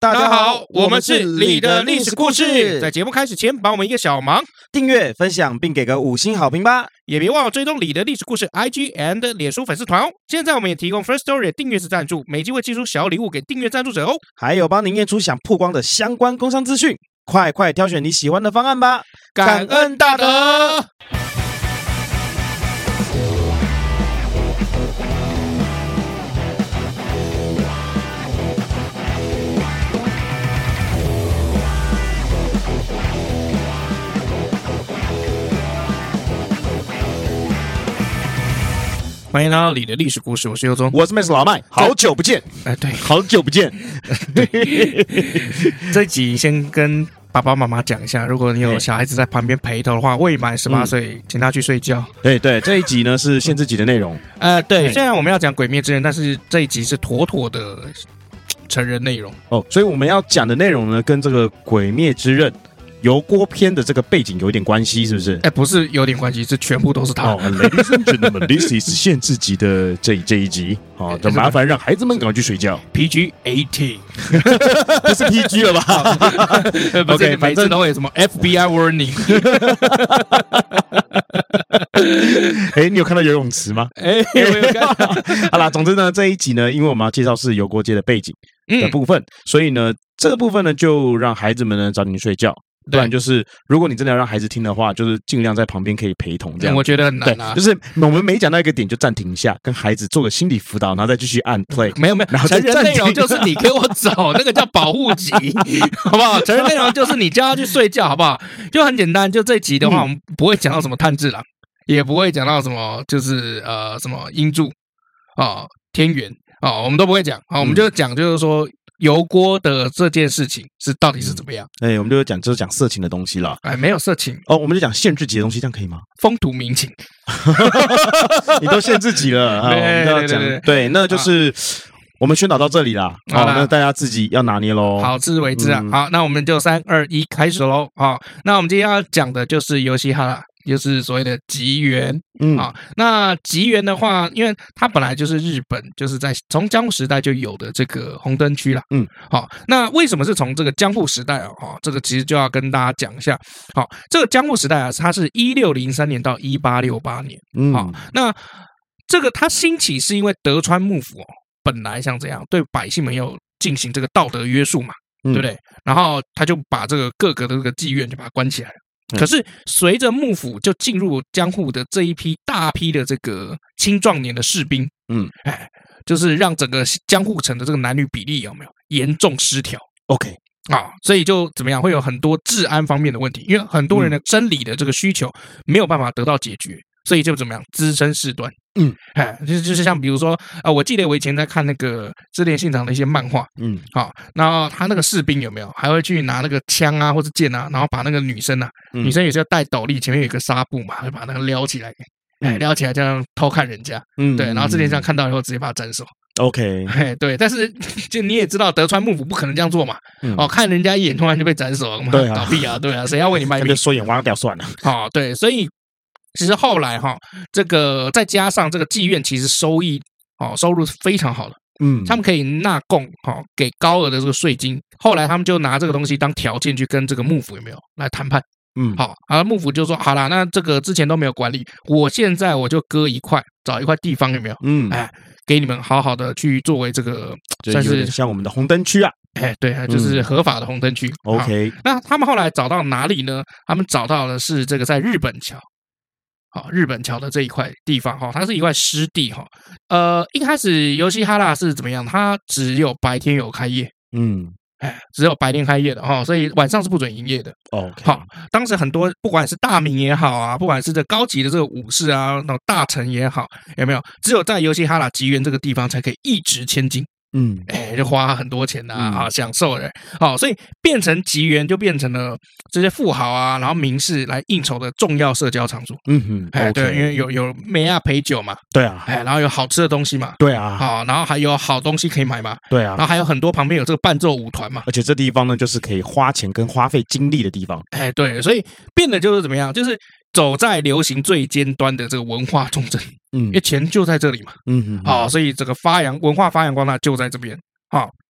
大家好，我们是你的历史故事。在节目开始前，帮我们一个小忙， 订阅、分享并给个5星好评吧！ 也别忘了追踪你的历史故事 IG and 脸书粉丝团哦。现在我们也提供 First Story 的订阅式赞助，每集会寄出小礼物给订阅赞助者哦。 还有帮您验出想曝光的相关工商资讯，快挑选你喜欢的方案吧！ 感恩大德。欢迎来到你的历史故事，我是尤忠， 我是 Max 老麦，好久不见， 对， 好久不见。 这一集先跟爸爸妈妈讲一下，如果你有小孩子在旁边陪同的话，未满18岁，请他去睡觉。 对，这一集呢是限制级的内容。 对，虽然我们要讲《鬼灭之刃》，但是这一集是妥妥的成人内容哦，所以我们要讲的内容呢，跟这个《鬼灭之刃》油锅篇的这个背景有一点关系，是不是？ 不是有点关系，是全部都是他。 Ladies and gentlemen, this is 限制级的这一集。就麻烦让孩子们赶快去睡觉。 PG-18， 不是 PG 了吧 ？OK， 每次都会有什么 FBI warning。 你有看到游泳池吗？ 我有看到。 好啦，总之呢，这一集呢，因为我们要介绍是油锅街的背景的部分，所以呢，这个部分呢，就让孩子们呢早点睡觉。不然就是，如果你真的要让孩子听的话，就是尽量在旁边可以陪同这样。 我觉得很难啊。 对，就是我们每讲到一个点就暂停一下，跟孩子做个心理辅导，然后再继续按 play。 没有，成人内容就是你给我走，那个叫保护级，好不好？成人内容就是你叫他去睡觉，好不好？就很简单。就这集的话，我们不会讲到什么炭治郎，也不会讲到什么就是什么英柱天元我们都不会讲我们就讲就是说。油锅的这件事情到底是怎么样？ 我们就讲色情的东西了。 没有色情我们就讲限制级的东西，这样可以吗？ 风土民情， 你都限制级了，我们就要讲对，那就是我们宣导到这里啦。好，那大家自己要拿捏咯。 好，自为之啊。好，那我们就3、2、1开始咯。好，那我们今天要讲的就是游戏哈拉。就是所谓的吉原那吉原的话，因为它本来就是日本，就是从江户时代就有的这个红灯区啦。好，那为什么是从这个江户时代这个其实就要跟大家讲一下。好，这个江户时代它是1603年到1868年。好，那这个它兴起是因为德川幕府本来像这样对百姓们要进行这个道德约束嘛，对不对？然后他就把这个各个的这个妓院就把它关起来了。可是随着幕府就进入江户的这一批大批的这个青壮年的士兵，就是让整个江户城的这个男女比例有没有严重失调 ？OK 所以就怎么样会有很多治安方面的问题，因为很多人的生理的这个需求没有办法得到解决，所以就怎么样滋生事端。就是像比如说我记得我以前在看那个织田信长的一些漫画，然后他那个士兵有没有还会去拿那个枪啊或者剑啊，然后把那个女生女生也是要戴斗笠，前面有一个纱布嘛，就把那个撩起来，撩起来这样偷看人家，对，然后织田信长看到以后直接把他斩首。 OK， 对，但是就你也知道，德川幕府不可能这样做嘛，看人家一眼突然就被斩首了， 对啊， 倒闭啊，对啊，谁要为你卖命？ 就说眼挖掉算了。 对，所以。其实后来这个再加上这个妓院，其实收入是非常好的，他们可以纳贡给高额的这个税金。后来他们就拿这个东西当条件去跟这个幕府有没有来谈判，幕府就说好啦，那这个之前都没有管理，我现在我就割一块，找一块地方有没有？给你们好好的去作为这个， 算是像我们的红灯区啊。 对，就是合法的红灯区。 OK， 那他们后来找到哪里呢？他们找到的是这个在日本桥。日本桥的这一块地方它是一块湿地一开始游戏哈拉是怎么样？它只有白天有开业，只有白天开业的所以晚上是不准营业的。当时很多不管是大名也好啊，不管是这高级的这个武士啊，那种大臣也好，有没有？只有在游戏哈拉吉原这个地方才可以一掷千金。就花很多钱享受的。所以变成吉原就变成了这些富豪啊，然后名士来应酬的重要社交场所。对，因为有美亚陪酒嘛， 对啊， 然后有好吃的东西嘛， 对啊， 然后还有好东西可以买嘛， 对啊， 然后还有很多旁边有这个伴奏舞团嘛， 而且这地方呢，就是可以花钱跟花费精力的地方。 对，所以变得就是怎么样，就是走在流行最尖端的这个文化重镇。因为钱就在这里嘛，所以这个文化发扬光大就在这边。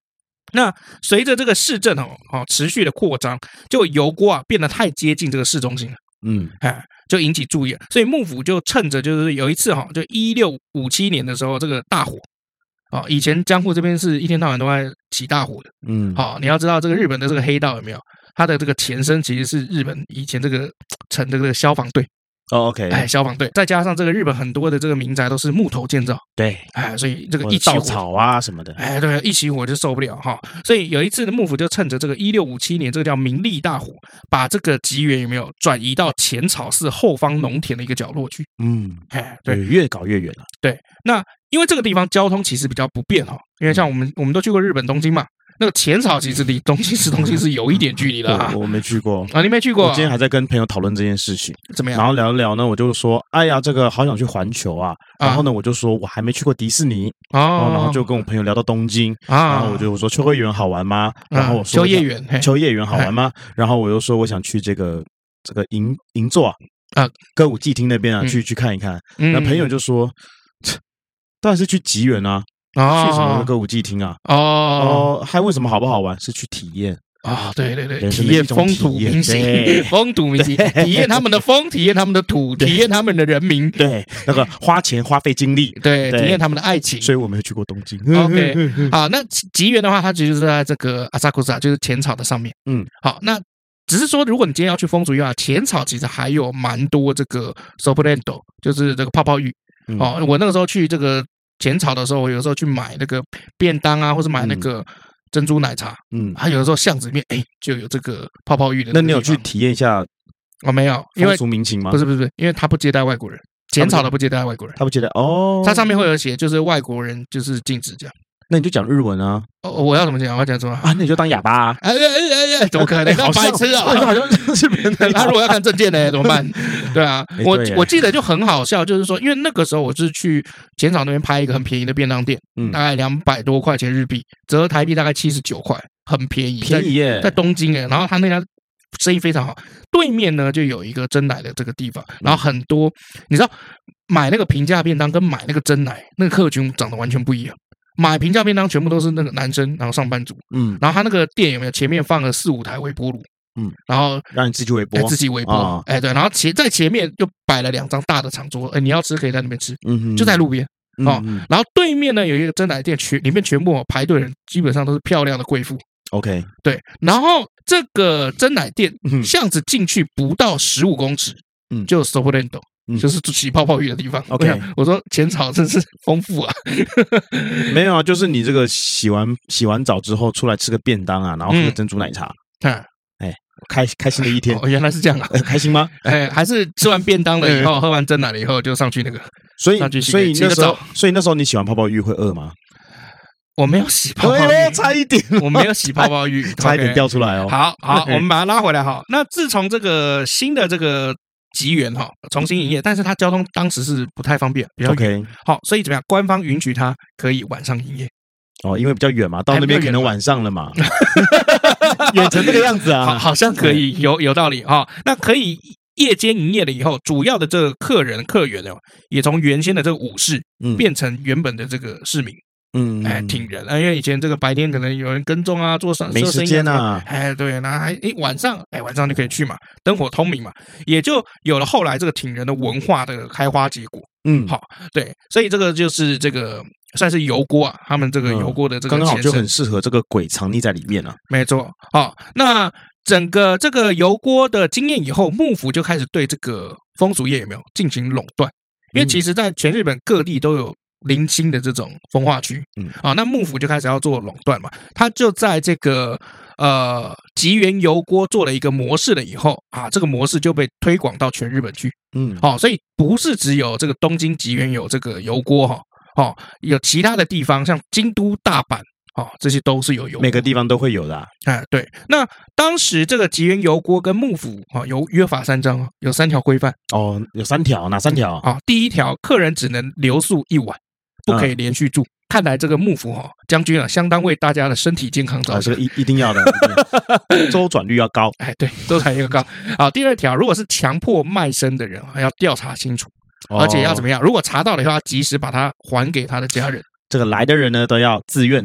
那随着这个市政持续的扩张，就油锅啊变得太接近这个市中心了，就引起注意了。所以幕府就趁着就是有一次就1657年的时候，这个大火以前江户这边是一天到晚都在起大火的，你要知道这个日本的这个黑道有没有？它的这个前身其实是日本以前这个城的这个消防队。 OK， 消防队，再加上这个日本很多的这个民宅都是木头建造， 对， 所以这个一起火， 稻草啊什么的， 对，一起火就受不了哈。所以有一次的幕府就趁着这个1657年这个叫明历大火，把这个吉原有没有转移到浅草寺后方农田的一个角落去？对， 越搞越远了。 对，那因为这个地方交通其实比较不便因为像我们都去过日本东京嘛。那个浅草其实离东京市中心是有一点距离的我没去过你没去过？ 我今天还在跟朋友讨论这件事情， 怎么样？ 然后聊一聊呢，我就说，哎呀，这个好想去环球啊。然后呢，我就说我还没去过迪士尼然后就跟我朋友聊到东京然后我说秋叶原好玩吗？然后我说秋叶原好玩吗？然后我又说我想去这个银座歌舞伎町那边去看一看。那朋友就说，当然是去吉原啊。去什么歌舞伎町啊？还问什么好不好玩？是去体验对，体验风土民情，风土民情，体验他们的风，体验他们的土，体验他们的人民， 对，那个花钱花费精力， 对，体验他们的爱情。 所以我没有去过东京。 OK， 好，那吉原的话，它其实是在这个阿萨库萨，就是浅草的上面。好，那只是说，如果你今天要去风俗业浅草其实还有蛮多这个 soprendo， 就是这个泡泡浴。我那个时候去这个浅草的时候，我有时候去买那个便当啊，或者买那个珍珠奶茶，还有的时候巷子里面就有这个泡泡浴的。 那你有去体验一下？ 我没有，因为风俗民情吗？ 不是，因为他不接待外国人，浅草的不接待外国人， 他不接待它上面会有写，就是外国人就是禁止这样。 那你就讲日文啊！ 我要怎么讲？我要讲什么那你就当哑巴怎么可能？好白痴啊！ 好像是别人。 他如果要看证件呢，怎么办？对啊，我记得就很好笑，就是说，因为那个时候我是去浅草那边拍一个很便宜的便当店，大概200多块钱日币，折台币大概79块，很便宜， 便宜耶， 在东京然后他那家生意非常好，对面呢就有一个珍奶的这个地方，然后很多你知道买那个平价便当跟买那个珍奶那个客群长得完全不一样。买平价便当全部都是那个男生，然后上班族，然后他那个店有没有前面放了4-5台微波炉，然后让你自己微波， 自己微波，对，然后在前面就摆了2张大的长桌，你要吃可以在那边吃，就在路边然后对面呢有一个珍奶店，里面全部排队人基本上都是漂亮的贵妇 ，OK， 对，然后这个珍奶店巷子进去不到15公尺，就有 Soprendo。就是起泡泡浴的地方。 OK， 我说浅草真是丰富啊。 没有啊，就是你这个洗完澡之后出来吃个便当啊，然后喝个珍珠奶茶，开心的一天。 原来是这样啊， 开心吗？ 还是吃完便当了以后，喝完珍奶了以后就上去那个。 所以那时候你洗完泡泡浴会饿吗？ 我没有洗泡泡浴， 差一点， 我没有洗泡泡浴， 差一点掉出来哦。 好，我们把它拉回来哈。那自从这个新的这个吉原重新营业，但是它交通当时是不太方便，比较远。好，所以怎么样？官方允许它可以晚上营业。 因为比较远嘛，到那边可能晚上了嘛，远成这个样子啊， 好像可以，有道理哈。那可以夜间营业了以后，主要的这个客源也从原先的这个武士变成原本的这个市民。挺人因为以前这个白天可能有人跟踪啊，做没时间啊， 对，那晚上就可以去嘛，灯火通明嘛，也就有了后来这个挺人的文化的开花结果。好，对，所以这个就是这个算是油锅他们这个油锅的这个刚好就很适合这个鬼藏匿在里面了。 没错，好，那整个这个油锅的经验以后，幕府就开始对这个风俗业有没有进行垄断？因为其实在全日本各地都有零星的这种风化区，那幕府就开始要做垄断嘛，他就在这个吉原油锅做了一个模式了以后这个模式就被推广到全日本去，所以不是只有这个东京吉原有这个油锅有其他的地方像京都、大阪这些都是有油锅， 每个地方都会有的对，那当时这个吉原油锅跟幕府有约法3章，有3条规范有3条，哪3条第一条，客人只能留宿1晚。不可以连续住。看来这个幕府将军相当为大家的身体健康着想， 这个一定要的，周转率要高。 对，周转率要高。好，第2条，如果是强迫卖身的人，要调查清楚，而且要怎么样？如果查到了以后，要及时把它还给他的家人。 这个来的人呢，都要自愿的。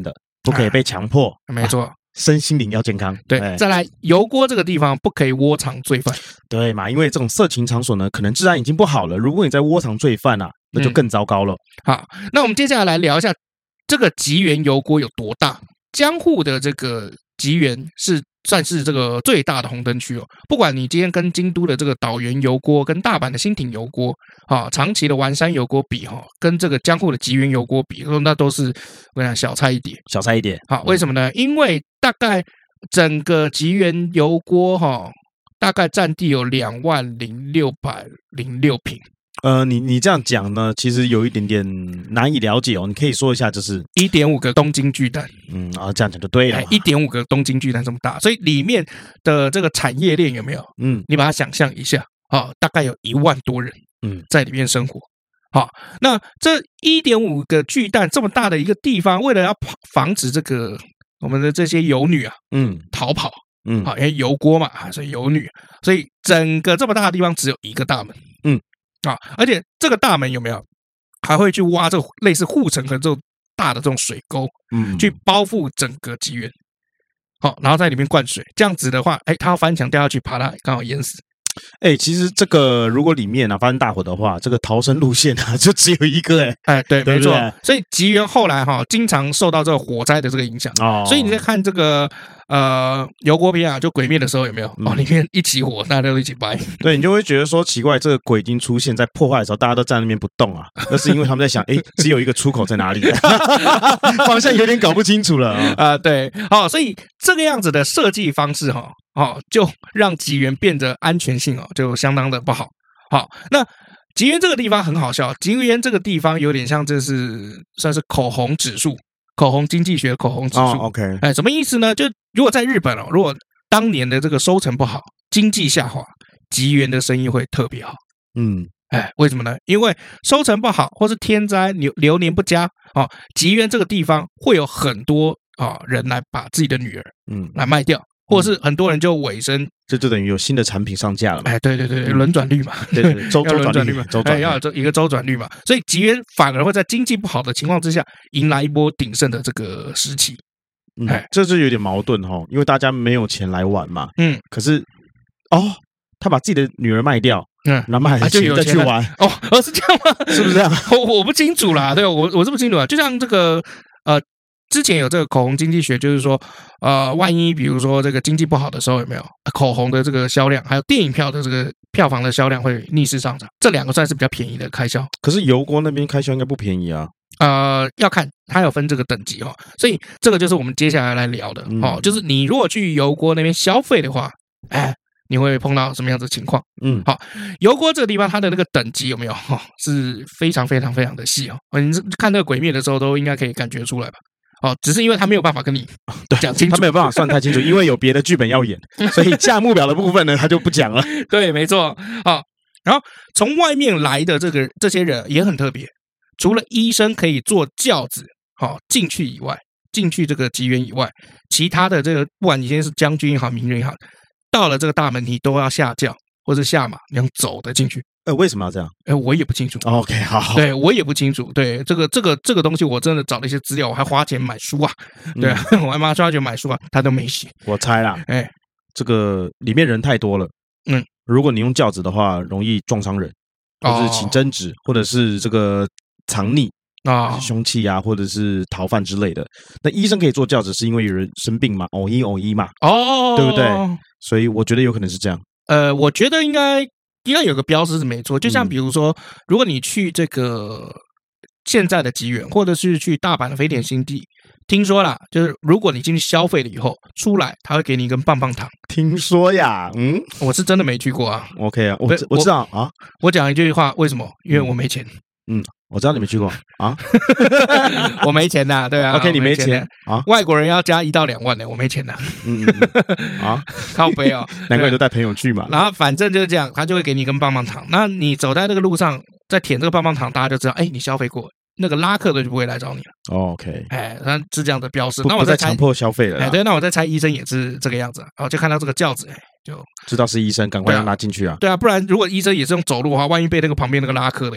不可以被强迫， 没错。 身心灵要健康， 对，再来油锅这个地方不可以窝藏罪犯， 对嘛？因为这种色情场所呢，可能治安已经不好了，如果你在窝藏罪犯啊，那就更糟糕了。 好，那我们接下来聊一下这个吉原油锅有多大。江户的这个吉原是算是这个最大的红灯区哦。不管你今天跟京都的这个岛原油锅、跟大阪的新町油锅啊、长崎的丸山油锅比哈，跟这个江户的吉原油锅比，那都是我讲小菜一碟， 小菜一碟。 好，为什么呢？因为大概整个吉原油锅哈，大概占地有20,606平。 你这样讲呢，其实有一点点难以了解哦。你可以说一下，就是 1.5 个东京巨蛋。 这样讲就对了。 1.5 个东京巨蛋这么大，所以里面的这个产业链有没有？你把它想象一下，大概有1万多人，在里面生活。好，那这 1.5 个巨蛋这么大的一个地方，为了要防止这个我们的这些游女啊，逃跑，好，因为油锅嘛，所以游女，所以整个这么大的地方只有一个大门，而且这个大门有没有还会去挖这个类似护城河这种大的这种水沟，去包覆整个吉原，好，然后在里面灌水，这样子的话，他要翻墙掉下去，把它刚好淹死。 其实这个如果里面发生大火的话，这个逃生路线就只有一个对，没错。所以吉原后来经常受到这个火灾的这个影响，所以你在看这个油锅片就鬼灭的时候有没有里面一起火，大家都一起掰。 对，你就会觉得说奇怪，这个鬼已经出现在破坏的时候，大家都站在那边不动啊，那是因为他们在想，只有一个出口在哪里，方向有点搞不清楚了对，所以这个样子的设计方式就让吉原变得安全性就相当的不好。好，那吉原这个地方很好笑，吉原这个地方有点像这是算是口红指数，口红经济学的口红指数。 OK， 什么意思呢？就如果在日本如果当年的这个收成不好，经济下滑，吉原的生意会特别好。为什么呢？因为收成不好，或是天灾流年不佳吉原这个地方会有很多人来把自己的女儿来卖掉。或者是很多人就委身， 这就等于有新的产品上架了嘛？ 对，轮转率嘛， 对，周转率嘛， 要有一个周转率嘛，所以吉原反而会在经济不好的情况之下，迎来一波鼎盛的这个时期。 这就有点矛盾因为大家没有钱来玩嘛。可是他把自己的女儿卖掉，然后卖钱再去玩。 是这样吗？ 是不是这样？ 我不清楚啦，对，我是不清楚啊。就像这个之前有这个口红经济学，就是说，万一比如说这个经济不好的时候，有没有口红的这个销量，还有电影票的这个票房的销量会逆势上涨？这两个算是比较便宜的开销。 可是油锅那边开销应该不便宜啊。 要看它有分这个等级所以这个就是我们接下来聊的就是你如果去油锅那边消费的话，你会碰到什么样子的情况？好，油锅这个地方它的那个等级有没有是非常非常非常的细你看那个鬼灭的时候都应该可以感觉出来吧？只是因为他没有办法跟你讲清楚， 他没有办法算太清楚，因为有别的剧本要演，所以价目表的部分呢，他就不讲了。 对，没错。然后从外面来的这些人也很特别，除了医生可以坐轿子进去以外，进去这个吉原以外，其他的这个不管你今天是将军也好，名人也好，到了这个大门你都要下轿或者下马，你用走的进去。 为什么要这样？ 我也不清楚。 OK， 好， 对我也不清楚。对这个东西，我真的找了一些资料，我还花钱买书啊。对啊，我还花钱买书啊，他都没写。 我猜啦，这个里面人太多了。如果你用轿子的话，容易撞伤人，或者是起争执，或者是这个藏匿凶器啊，或者是逃犯之类的。那医生可以坐轿子，是因为有人生病嘛，偶一嘛，对不对？所以我觉得有可能是这样。 我觉得应该有个标识是没错，就像比如说，如果你去这个现在的吉原，或者是去大阪的飞田新地，听说啦，就是如果你进去消费了以后出来，他会给你一根棒棒糖。 听说呀， 我是真的没去过啊。 OK 啊，我知道啊。 我讲一句话，为什么？因为我没钱。 我知道你没去过啊， 我没钱呐，对啊。 OK， 你没钱啊？ 外国人要加1到2万的，我没钱呐。靠背难怪你都带朋友去嘛。 然后反正就是这样，他就会给你一根棒棒糖。那你走在这个路上，在舔这个棒棒糖，大家就知道，你消费过，那个拉客的就不会来找你了。 OK， 他是这样的标识。 那我再强迫消费了。 对，那我再猜医生也是这个样子。就看到这个轿子，就知道是医生，赶快让他进去啊。 对啊，不然如果医生也是用走路的话，万一被那个旁边那个拉客的有没有？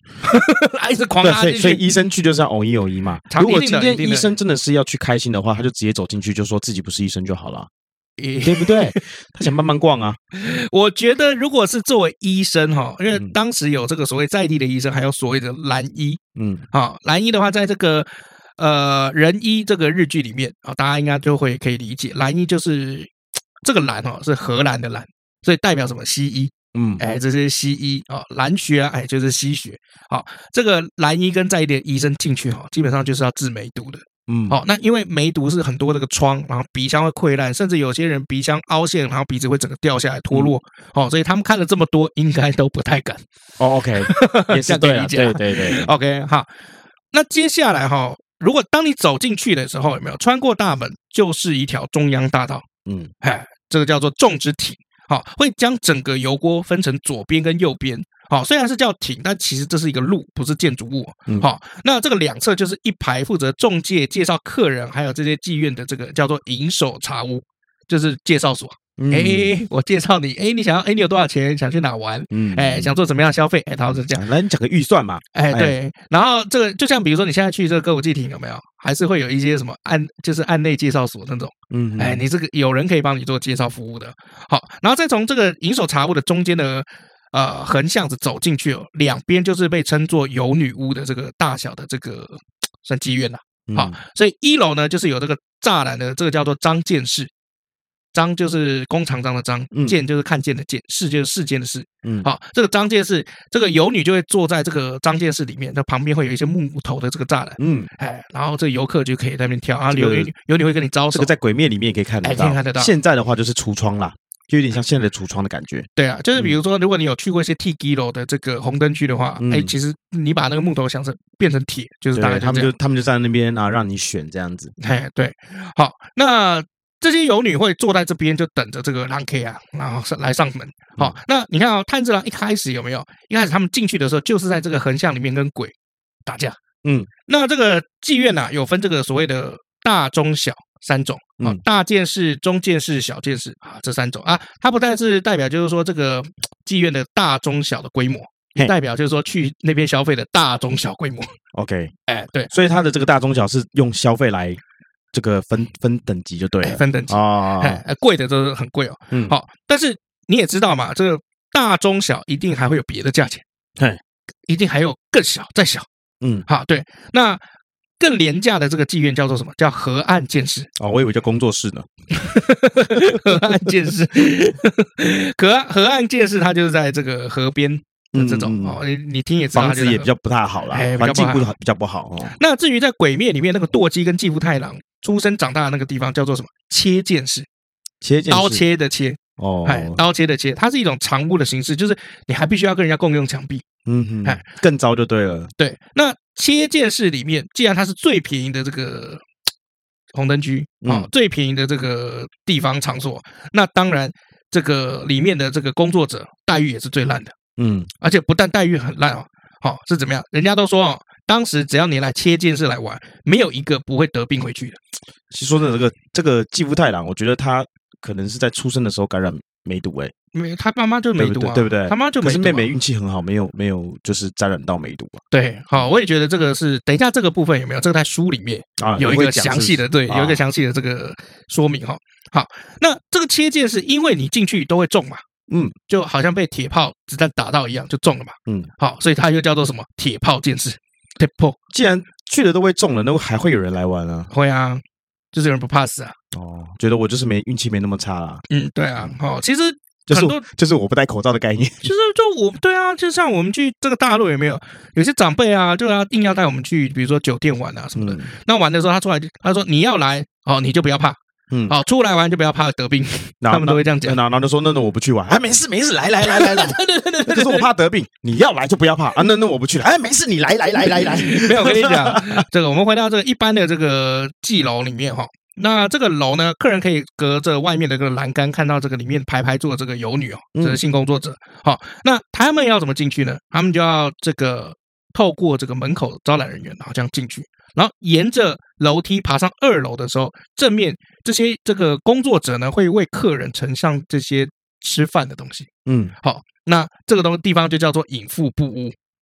一直狂拉进去。 所以医生去就是要偶一嘛。如果今天医生真的是要去开心的话，他就直接走进去，就说自己不是医生就好了。对不对？他想慢慢逛啊。 我觉得，如果是作为医生哈，因为当时有这个所谓在地的医生，还有所谓的蓝医，蓝医的话，在这个人医这个日剧里面啊，大家应该就会可以理解，蓝医就是这个蓝是荷兰的蓝，所以代表什么西医。这是西医蓝学啊，就是西学。好，这个蓝医跟在地的医生进去基本上就是要治梅毒的。那因为梅毒是很多这个疮，然后鼻腔会溃烂，甚至有些人鼻腔凹陷，然后鼻子会整个掉下来脱落。所以他们看了这么多，应该都不太敢。 OK， 也是对啊，对。 OK， 好，那接下来如果当你走进去的时候，有没有穿过大门就是一条中央大道？这个叫做种植艇。会将整个油锅分成左边跟右边。虽然是叫艇，但其实这是一个路，不是建筑物。那这个两侧就是一排负责中介、介绍客人，还有这些妓院的这个叫做营手茶屋，就是介绍所。我介绍你，你想要，你有多少钱？想去哪玩？想做怎么样的消费？他是这样。 来，你讲个预算嘛。 对。然后这个就像比如说你现在去这个歌舞伎町有没有？还是会有一些什么就是案内介绍所那种。你这个有人可以帮你做介绍服务的。好，然后再从这个营手茶屋的中间的横巷子走进去，两边就是被称作游女屋的这个大小的这个算妓院啦。好，所以一楼呢就是有这个栅栏的，这个叫做张见室。张就是弓长张的张，见就是看见的见，室就是世间的室。好，这个张见室，这个游女就会坐在这个张见室里面，那旁边会有一些木头的这个栅栏。然后这个游客就可以在那边跳，然后游女会跟你招手。 这个在鬼灭里面也可以看得到， 看得到。 现在的话就是橱窗啦，就有点像现在的橱窗的感觉。 对啊，就是比如说，如果你有去过一些 T 楼的这个红灯区的话，其实你把那个木头想成变成铁，就是大概他们就站在那边啊，让你选这样子。 对，好，那这些游女会坐在这边，就等着这个狼 K 啊，然后来上门。好，那你看炭治郎一开始有没有？一开始他们进去的时候，就是在这个横巷里面跟鬼打架。那这个妓院有分这个所谓的大、中、小三种。大见识、中见识、小见识这三种啊。它不但是代表就是说这个妓院的大、中、小的规模，也代表就是说去那边消费的大、中、小规模。 OK， 对， 所以它的这个大、中、小是用消费来。这个分等级就对了， 分等级贵的都是很贵好，但是你也知道嘛，这个大中小一定还会有别的价钱，一定还有更小再小，好，对，那更廉价的这个妓院叫做什么？叫河岸见识。 我以为叫工作室呢。 河岸见识，河岸见识，它就是在这个河边。这种你听也知道， 房子也比较不太好啦，环境比较不好。 那至于在鬼灭里面那个舵姬跟继父太郎出生长大的那个地方叫做什么？切见室，刀切的切刀切的切，它是一种长屋的形式，就是你还必须要跟人家共用墙壁。 更糟就对了。 对，那切见室里面，既然它是最便宜的这个红灯区最便宜的这个地方场所，那当然这个里面的这个工作者待遇也是最烂的。而且不但待遇很烂是怎么样？人家都说当时只要你来切见室来玩，没有一个不会得病回去的。 其实说的这个继父太郎，我觉得他可能是在出生的时候感染梅毒他妈妈就梅毒对不对？ 他妈就梅毒。 可是妹妹运气很好，没有就是沾染到梅毒对，好，我也觉得这个是等一下这个部分有没有？这个在书里面有一个详细的，对，有一个详细的这个说明好，那这个切见室，因为你进去都会中嘛。就好像被铁炮子弹打到一样，就中了嘛。好，所以它又叫做什么铁炮见识。铁炮， 既然去了都会中了，那还会有人来玩啊？ 会啊，就是有人不怕死啊。 觉得我就是运气没那么差啦。 对啊。其实就是我不戴口罩的概念。 对啊，就像我们去这个大陆有没有些长辈啊，就硬要带我们去，比如说酒店玩啊什么的。那玩的时候他出来，他说你要来你就不要怕。出来玩就不要怕得病，他们都会这样讲。 然后就说那我不去玩，没事，来，对，就是我怕得病，你要来就不要怕啊，那我不去了，没事，你来， 没有，我跟你讲，这个我们回到这个一般的这个妓楼里面那这个楼呢，客人可以隔着外面的这个栏杆看到这个里面排坐的这个游女这是性工作者。那他们要怎么进去呢？他们就要这个透过这个门口招揽人员，然后这样进去。然后沿着楼梯爬上2楼的时候，正面这个工作者呢会为客人呈上这些吃饭的东西。好，那这个地方就叫做引腹部屋。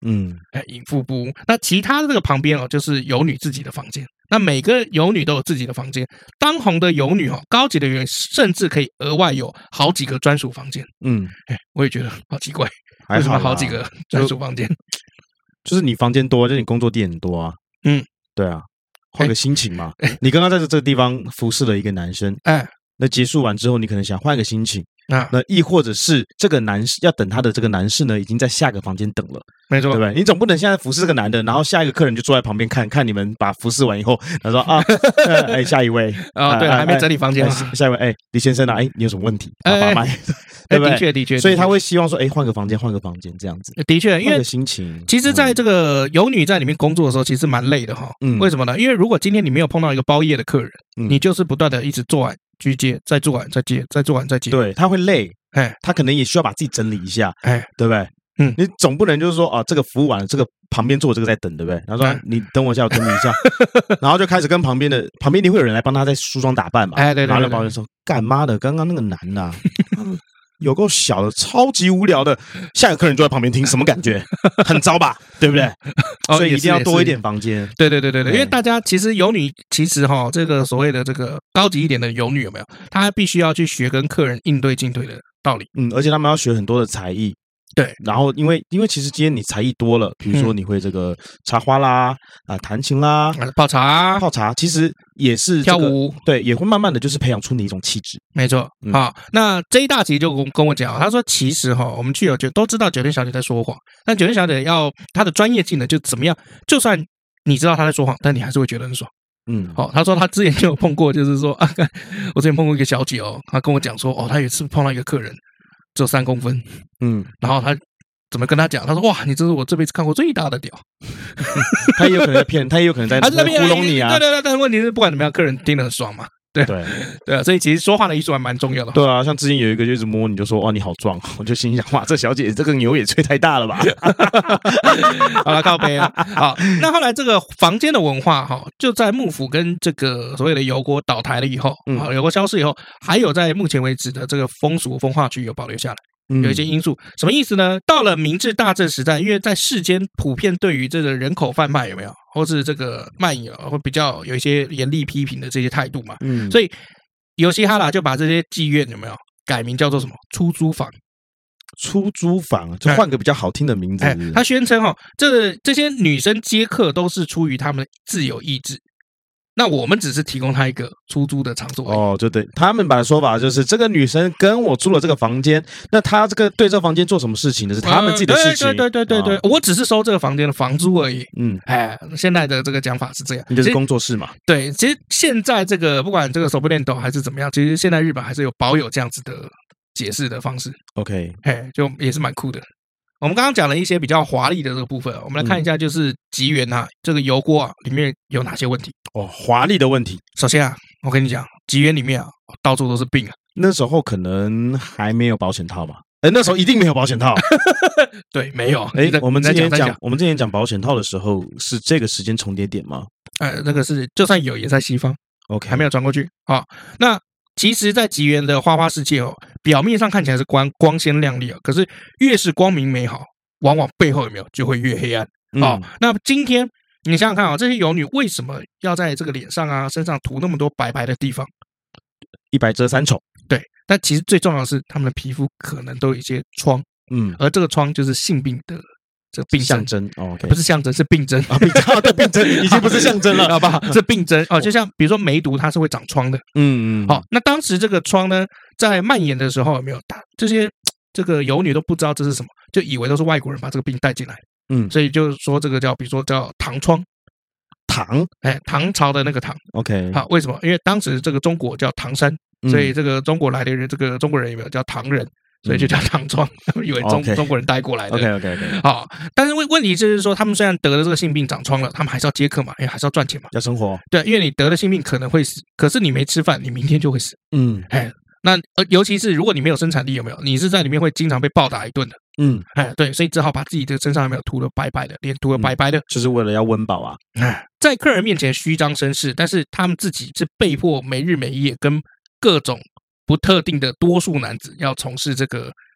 隐妇不污。那其他的这个旁边哦，就是游女自己的房间。那每个游女都有自己的房间，当红的游女高级的游女甚至可以额外有好几个专属房间。我也觉得好奇怪，为什么好几个专属房间？ 就是你房间多，就是你工作地点多啊。对啊，换个心情嘛。你刚刚在这个地方服侍了一个男生，那结束完之后，你可能想换个心情。那亦或者是这个男士要等他的这个男士呢，已经在下个房间等了， 没错， 对不对？你总不能现在服侍这个男的，然后下一个客人就坐在旁边看你们把服侍完以后，他说下一位对，还没整理房间， 下一位李先生啊，你有什么问题？把脉，对不对？ 的确， 所以他会希望说，换个房间这样子。 的确，因为心情， 其实在这个游女在里面工作的时候，其实蛮累的哈。为什么呢？因为如果今天你没有碰到一个包夜的客人，你就是不断的一直做完去接，再做完再接，再做完再接， 对，他会累。他可能也需要把自己整理一下，对不对？你总不能就是说这个服务完了，这个旁边坐这个在等，对不对？然后说你等我一下，我整理一下，然后就开始跟旁边一定会有人来帮他在梳妆打扮嘛。 对， 然后抱怨说干妈的，刚刚那个男的有够小的，超级无聊的，下个客人坐在旁边听，什么感觉？很糟吧，对不对？所以一定要多一点房间。 对，因为大家其实游女其实这个所谓的这个高级一点的游女有没有？她必须要去学跟客人应对进退的道理。 而且他们要学很多的才艺。 对， 然后因为其实今天你才艺多了，比如说你会这个插花啦，弹琴啦， 泡茶， 其实也是跳舞， 对，也会慢慢的就是培养出你一种气质。 没错。好，那这一大集就跟我讲，他说其实我们去都知道酒店小姐在说谎，但酒店小姐要她的专业技能就怎么样，就算你知道她在说谎，但你还是会觉得很爽。他说他之前就有碰过，就是说我之前碰过一个小姐她跟我讲说她有一次碰到一个客人。只有3公分，然后他怎么跟他讲？他说：“哇，你这是我这辈子看过最大的屌。” 他也有可能在骗，他也有可能在糊弄你啊。 对，但是问题是，不管怎么样，客人听得很爽嘛。对啊，所以其实说话的艺术还蛮重要的。 对啊，像之前有一个就一直摸你，就说哇你好壮，我就心想哇这小姐这个牛也吹太大了吧。 好了，靠北啊。好，那后来这个房间的文化就在幕府跟这个所谓的油国倒台了以后，油国消失以后，还有在目前为止的这个风俗风化区有保留下来。有一些因素，什么意思呢？到了明治大正时代，因为在世间普遍对于这个人口贩卖有没有，或是这个卖淫会比较有一些严厉批评的这些态度嘛，所以尤西哈拉就把这些妓院有没有改名叫做什么出租房？ 出租房，就换个比较好听的名字。 他宣称这些女生接客都是出于他们自由意志。那我们只是提供他一个出租的场所就对，他们把的说法就是这个女生跟我租了这个房间，那她这个对这个房间做什么事情呢？是他们自己的事情。 对，我只是收这个房间的房租而已。现在的这个讲法是这样， 你就是工作室嘛。 对，其实现在这个不管这个手不练抖还是怎么样，其实现在日本还是有保有这样子的解释的方式。 OK， 就也是蛮酷的。我们刚刚讲了一些比较华丽的这个部分，我们来看一下，就是吉原这个油锅里面有哪些问题华丽的问题。 首先我跟你讲，吉原里面到处都是病那时候可能还没有保险套吧？那时候一定没有保险套。 对，没有。 我们之前讲保险套的时候，是这个时间重叠点吗？ 那个是就算有，也在西方。 OK， 还没有传过去。那其实，在吉原的花花世界表面上看起来是光鲜亮丽可是越是光明美好，往往背后有没有就会越黑暗。那今天你想想看这些游女为什么要在这个脸上身上涂那么多白白的地方？ 一白遮三丑。 对，但其实最重要的是，他们的皮肤可能都有一些疮。而这个疮就是性病的这个病象征。OK， 不是象征，是病症病症。对，病症已经不是象征了， 好不好？是病症就像比如说梅毒，它是会长疮的。那当时这个疮呢，在蔓延的时候有没有这些这个游女都不知道这是什么，就以为都是外国人把这个病带进来。所以就是说这个比如说叫唐疮。唐朝的那个唐。 OK， 好，为什么？因为当时这个中国叫唐山，所以这个中国来的人，这个中国人有没有叫唐人？所以就叫唐疮，以为中国人带过来的。 OK， 好，但是问题就是说，他们虽然得了这个性病长疮了，他们还是要接客嘛，因为还是要赚钱嘛， 要生活。 对，因为你得了性病可能会死，可是你没吃饭，你明天就会死。那尤其是如果你没有生产力，有没有？你是在里面会经常被暴打一顿的。对，所以只好把自己的身上有没有涂了白白的，脸涂了白白的， 就是为了要温饱啊。 在客人面前虚张声势，但是他们自己是被迫没日没夜跟各种不特定的多数男子要从事这个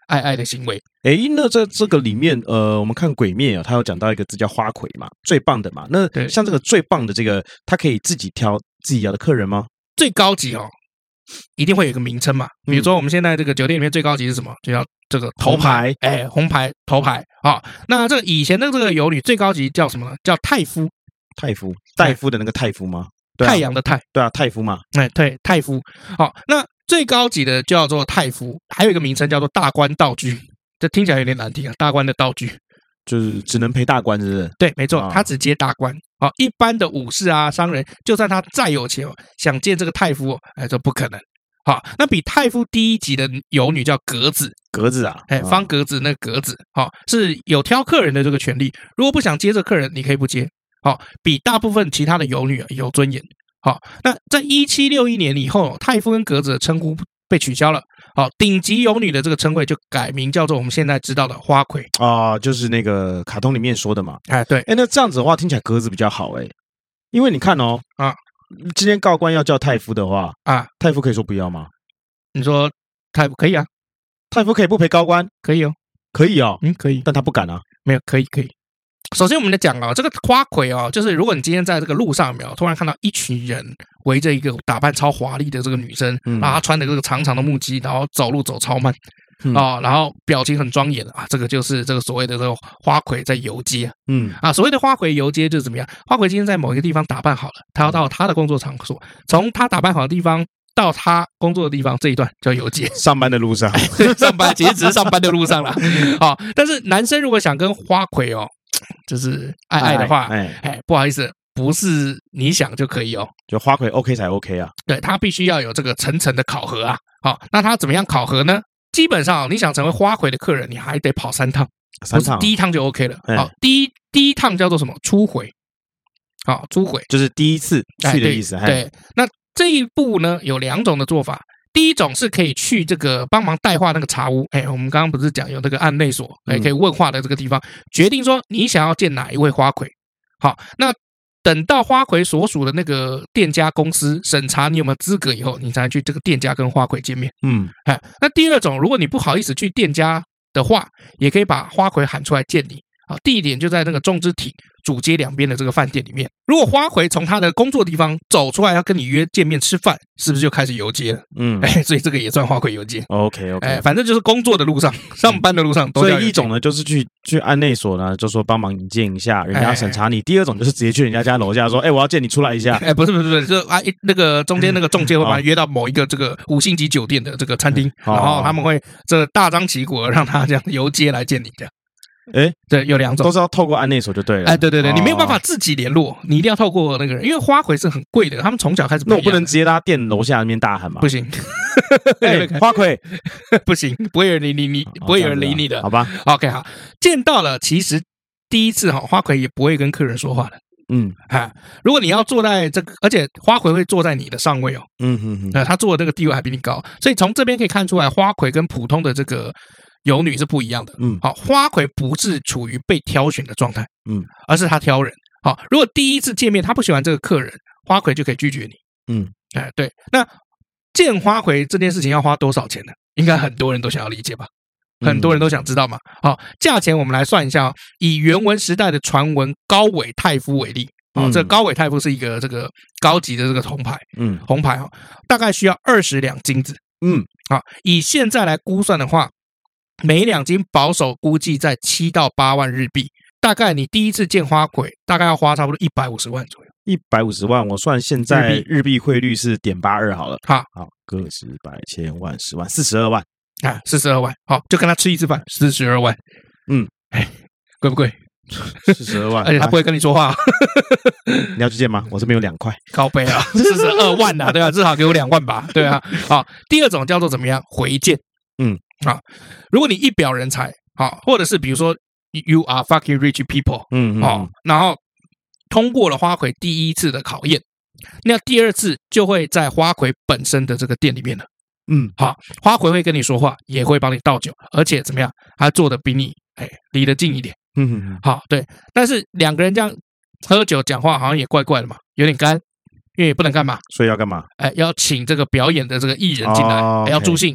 爱的行为。 那这个里面，我们看《鬼灭》啊，他有讲到一个字叫花魁嘛，最棒的嘛。那像这个最棒的这个，他可以自己挑自己要的客人吗？ 最高级哦，一定会有一个名称嘛。比如说我们现在这个酒店里面最高级是什么？就叫这个头牌，红牌、头牌啊。那这个以前的这个游女最高级叫什么呢？叫太夫。大夫的那个太夫吗？ 太阳的太， 对啊，太夫嘛。 对，太夫。好，那最高级的叫做太夫，还有一个名称叫做大官道具。这听起来有点难听啊，大官的道具就是只能陪大官，是不是？ 对，没错，他只接大官。好，一般的武士啊、商人，就算他再有钱，想见这个太夫，这不可能。好，那比太夫低一级的游女叫格子啊，方格子那格子，好，是有挑客人的这个权利。如果不想接这客人，你可以不接。好，比大部分其他的游女有尊严。好，那在1761年以后，太夫跟格子的称呼被取消了。好，顶级游女的这个称谓就改名叫做我们现在知道的花魁啊，就是那个卡通里面说的嘛。 对， 那这样子的话听起来格子比较好因为你看哦今天告官要叫太夫的话太夫可以说不要吗？ 你说太夫可以啊？ 太夫可以不陪高官？ 可以哦， 可以哦， 可以， 但他不敢啊。 没有，可以。首先我们来讲这个花魁就是如果你今天在这个路上有没有突然看到一群人围着一个打扮超华丽的这个女生，然后她穿的这个长长的木屐，然后走路走超慢然后表情很庄严这个就是这个所谓的这个花魁在游街。所谓的花魁游街就是怎么样？花魁今天在某一个地方打扮好了，她要到她的工作场所，从她打扮好的地方到他工作的地方这一段叫游街， 上班的路上， 上班其实只是上班的路上啦。但是男生如果想跟花魁就是爱的话，不好意思，不是你想就可以就花魁 OK 才 OK 啊。 对，他必须要有这个层层的考核啊。好，那他怎么样考核呢？基本上你想成为花魁的客人，你还得跑3趟，不是第一趟就 OK 了。好，第一趟叫做什么？初回。好，初回就是第一次去的意思。 对，那这一步呢有2种的做法。第一种是可以去这个帮忙代画那个茶屋，我们刚刚不是讲有这个案内所，可以问话的这个地方，决定说你想要见哪一位花魁。好，那等到花魁所属的那个店家公司审查你有没有资格以后，你才能去这个店家跟花魁见面。那第二种，如果你不好意思去店家的话，也可以把花魁喊出来见你。地点就在那个中之町主街2边的这个饭店里面。如果花魁从他的工作地方走出来要跟你约见面吃饭，是不是就开始游街了？所以这个也算花魁游街。 OK， 反正就是工作的路上、上班的路上都叫游街。 所以一种呢就是去案内所呢，就说帮忙引荐一下，人家审查你。第二种就是直接去人家楼下说，我要见你出来一下。 不是，就那个中间那个中介会把他约到某一个这个5星级酒店的这个餐厅，然后他们会这大张旗鼓让他这样游街来见你这样。对，有2种， 都是要透过案内所就对了。 对，你没有办法自己联络，你一定要透过那个人，因为花魁是很贵的，他们从小开始。 那我不能直接到店楼下那边大喊吗？ 不行， 花魁不行，不会有人理你，不会有人理你的， 好吧 ？OK， 好，见到了，其实第一次花魁也不会跟客人说话的。如果你要坐在这个，而且花魁会坐在你的上位他坐的这个地位还比你高，所以从这边可以看出来，花魁跟普通的这个游女是不一样的。好，花魁不是处于被挑选的状态，而是他挑人。好，如果第一次见面他不喜欢这个客人，花魁就可以拒绝你。对，那见花魁这件事情要花多少钱呢？应该很多人都想要理解吧？很多人都想知道嘛。好，价钱我们来算一下以原文时代的传闻高尾太夫为例。这高尾太夫是一个这个高级的这个红牌，红牌大概需要20两金子。好，以现在来估算的话，每2斤保守估计在7到8万日币。大概你第一次见花魁，大概要花差不多150万左右。 150万，我算现在日币汇率是0.82好了。 好， 个十百千万10万42万 42万。好，就跟他吃一次饭，42万。贵不贵 ？42万， 而且他不会跟你说话。 你要去见吗？我这边有2块， 高杯啊，42万啊，对啊，至少给我2万吧，对啊。好，第二种叫做怎么样？回见。如果你一表人才，或者是比如说 you are fucking rich people，然后通过了花魁第一次的考验，那第2次就会在花魁本身的这个店里面了。好，花魁会跟你说话，也会帮你倒酒，而且怎么样？他做的比你离得近一点。好，对，但是2个人这样喝酒讲话好像也怪怪的嘛，有点干，因为也不能干嘛， 所以要干嘛？ 要请这个表演的这个艺人进来，要助兴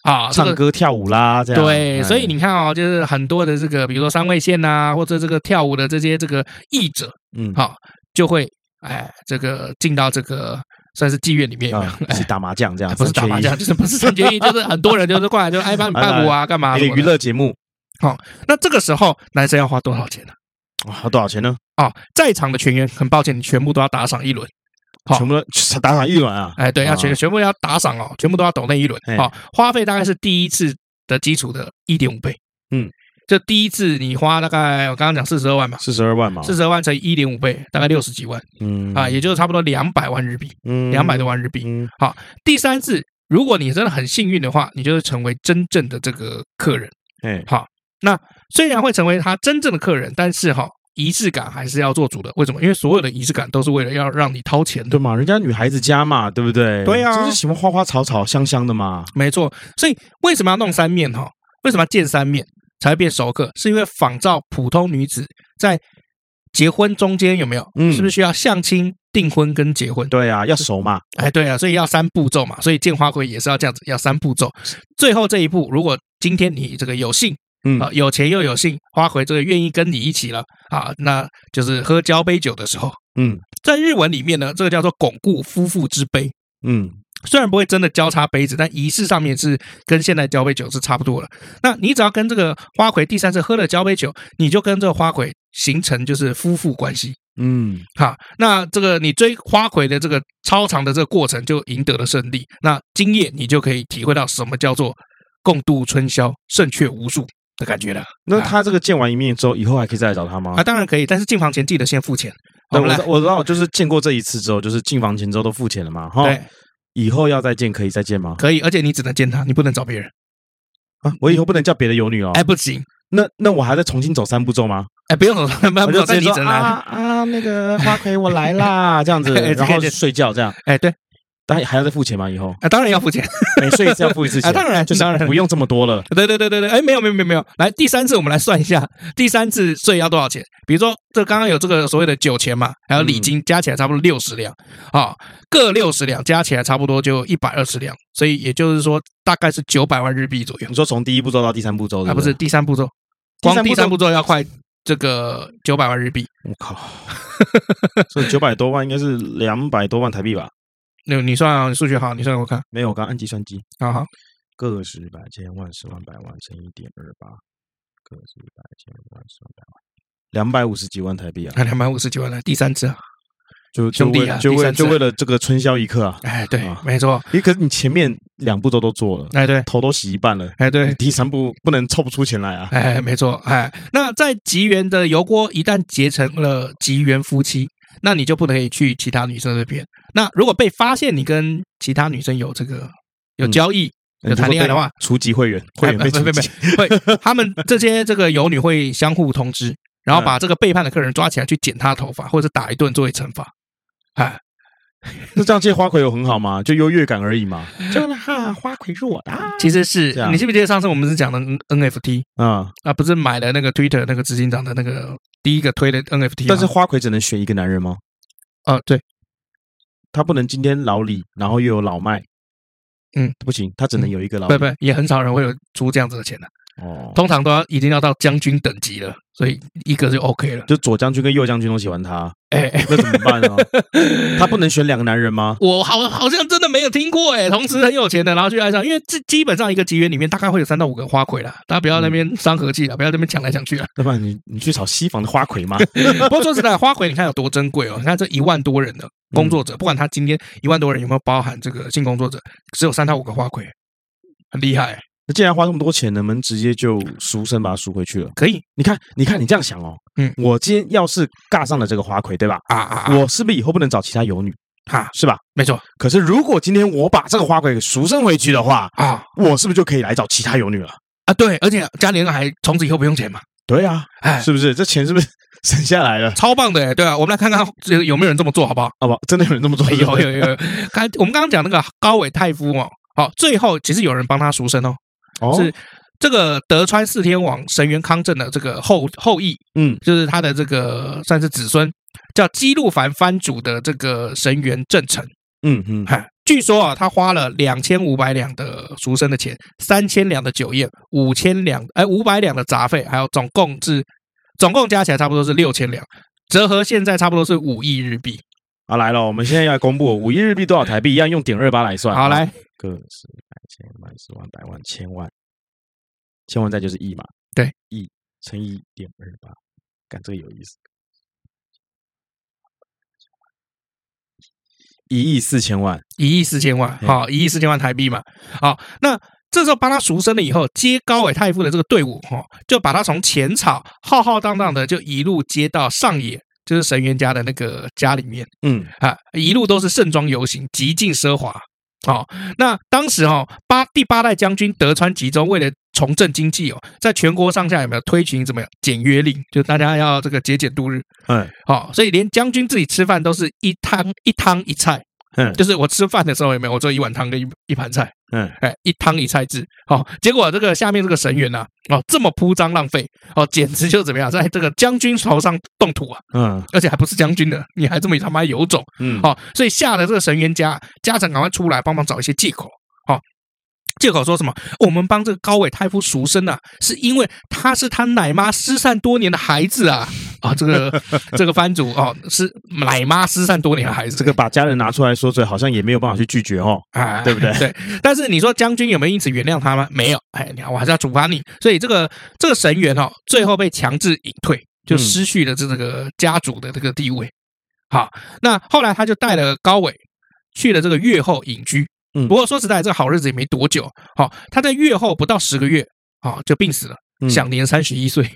啊， 唱歌跳舞啦，这样对，所以你看哦，就是很多的这个，比如说三味线呐，或者这个跳舞的这些这个艺者，好，就会这个进到这个算是妓院里面， 是打麻将这样， 不是打麻将，就是不是三缺一，就是很多人就是过来就帮你伴舞啊，干嘛？ 娱乐节目。 好，那这个时候男生要花多少钱呢？ 花多少钱呢？ 在场的全员，很抱歉，你全部都要打赏一轮。 全部打赏一轮啊！ 对，要全部要打赏哦，全部都要抖那一轮。花费大概是第一次的基础的1.5倍。就第一次你花大概我刚刚讲42万嘛 ，42万嘛 ，42万乘以1.5倍，大概60几万。也就是差不多200万日币，200多万日币。好，第三次如果你真的很幸运的话，你就是成为真正的这个客人。好，那虽然会成为他真正的客人，但是仪式感还是要做主的。为什么？因为所有的仪式感都是为了要让你掏钱的， 对嘛？人家女孩子家嘛，对不对？ 对啊， 就是喜欢花花草草、香香的嘛。 没错，所以为什么要弄3面？为什么要见3面才会变熟客？是因为仿照普通女子在结婚中间有没有？是不是需要相亲、订婚跟结婚？ 对啊，要熟嘛。 对啊，所以要3步骤嘛。所以见花魁也是要这样子，要3步骤。最后这一步，如果今天你这个有幸。有钱又有幸，花魁这个愿意跟你一起了那就是喝交杯酒的时候。在日文里面呢，这个叫做巩固夫妇之杯。虽然不会真的交叉杯子，但仪式上面是跟现在交杯酒是差不多了。那你只要跟这个花魁第3次喝了交杯酒，你就跟这个花魁形成就是夫妇关系。好，那这个你追花魁的这个超长的这个过程就赢得了胜利。那今夜你就可以体会到什么叫做共度春宵、胜却无数的感觉了。 那他这个见完一面之后，以后还可以再来找他吗？ 当然可以，但是进房前记得先付钱。 我知道，就是见过这一次之后，就是进房前之后都付钱了嘛。对，以后要再见可以再见吗？ 可以，而且你只能见他，你不能找别人我以后不能叫别的游女哦。 不行。 那我还在重新走3步骤吗？ 不用走3步骤，但你只能那个花魁我来啦，这样子，然后睡觉这样。 对。 当然还要再付钱吗？以后当然要付钱， 每睡一次要付1次钱。 当然就是不用这么多了。 对，没有。来第3次我们来算一下，第3次睡要多少钱？比如说这刚刚有这个所谓的酒钱嘛，还有礼金，加起来差不多60两各60两，加起来差不多就120两，所以也就是说大概是900万日币左右。 你说从第1步骤到第3步骤不是第3步骤，光第3步骤要快这个900万日币。 我靠，所以900多万应该是200多万台币吧？ 你算数学好，你算给我看。 没有，我刚按计算机。 好， 个十百千万十万百万乘1.28，个十百千万十万百万，250几万台币啊 ！250几万了，第3次啊， 兄弟啊，就为了这个春宵一刻啊！ 对，没错。 可是你前面2步都做了， 对， 头都洗一半了， 对， 第3步不能凑不出钱来啊！ 没错，那在吉原的油锅一旦结成了吉原夫妻。那你就不可以去其他女生那边。那如果被发现你跟其他女生有这个有交易、有谈恋爱的话， 除籍会员被除籍， 会他们这些这个游女会相互通知，然后把这个背叛的客人抓起来去剪他的头发，或者是打一顿作为惩罚。 那这样借花魁有很好吗？就优越感而已嘛。就花魁是我的。 其实是你记不记得上次我们是讲的 NFT 不是买了那个 Twitter 那个执行长的那个第一个推的 NFT， 但是花魁只能选一个男人吗？ 对， 他不能今天老李，然后又有老麦。不行，他只能有一个老李。 不，也很少人会有出这样子的钱的。通常都已经要到将军等级了，所以一个就 OK 了。 就左将军跟右将军都喜欢他，那怎么办呢？他不能选2个男人吗？ 我好像真的没有听过同时很有钱的，然后去爱上，因为基本上一个集园里面大概会有3到5个花魁啦，大家不要那边伤和气了，不要那边抢来抢去了。 要不然你去找西房的花魁嘛。 不过说实在，花魁你看有多珍贵你看这1万多人的工作者，不管他今天1万多人有没有包含这个性工作者，只有3到5个花魁，很厉害。 那既然花这么多钱，能不能直接就赎身把它赎回去了？ 可以， 你看，你这样想我今天要是尬上了这个花魁，对吧？我是不是以后不能找其他游女是吧？ 没错。 可是如果今天我把这个花魁给赎身回去的话我是不是就可以来找其他游女了？ 对，而且家里人还从此以后不用钱嘛。 对啊，是不是？这钱是不是省下来了？ 超棒的对啊，我们来看看有没有人这么做，好不好？ 好不好？真的有人这么做？ 有。我们刚刚讲那个高尾太夫最后其实有人帮他赎身是这个德川四天王神原康正的这个后裔，就是他的这个算是子孙，叫姬路藩藩主的这个神原正成， 据说啊，他花了2500两的赎身的钱，3000两的酒宴，500两的杂费，还有总共加起来差不多是6000两，折合现在差不多是5亿日币。 好，来了，我们现在要公布5亿日币多少台币，一样用0.28来算。 好，来， 个十百千万十万百万千万，千万再就是亿嘛？ 对， 亿乘以1.28，干这个有意思。1亿4千万 ，1亿4千万，好，1亿4千万台币嘛。好，那这时候帮他赎身了以后，接高尾太夫的这个队伍，就把他从浅草浩浩荡荡的就一路接到上野，就是神原家的那个家里面。一路都是盛装游行，极尽奢华。那当时第8代将军德川吉宗为了重振经济在全国上下有没有推行怎么样简约令，就大家要这个节俭度日。所以连将军自己吃饭都是一汤一菜。就是我吃饭的时候有没有，我做1碗汤跟一盘菜。一汤一菜制。结果这个下面这个神原啊，这么铺张浪费，简直就怎么样，在这个将军头上动土啊。而且还不是将军的，你还这么他妈有种。所以吓得这个神原家臣赶快出来帮忙找一些借口。借口说什么？我们帮这个高尾太夫赎身啊，是因为他是他奶妈失散多年的孩子啊！这个番主是奶妈失散多年的孩子， 这个把家人拿出来说嘴，好像也没有办法去拒绝对不对？ 对。但是你说将军有没有因此原谅他吗？没有。我还是要处罚你。所以这个神原最后被强制隐退，就失去了这个家主的这个地位。好，那后来他就带了高尾去了这个越后隐居。不过说实在，这个好日子也没多久。他在越后不到10个月就病死了，享年31岁。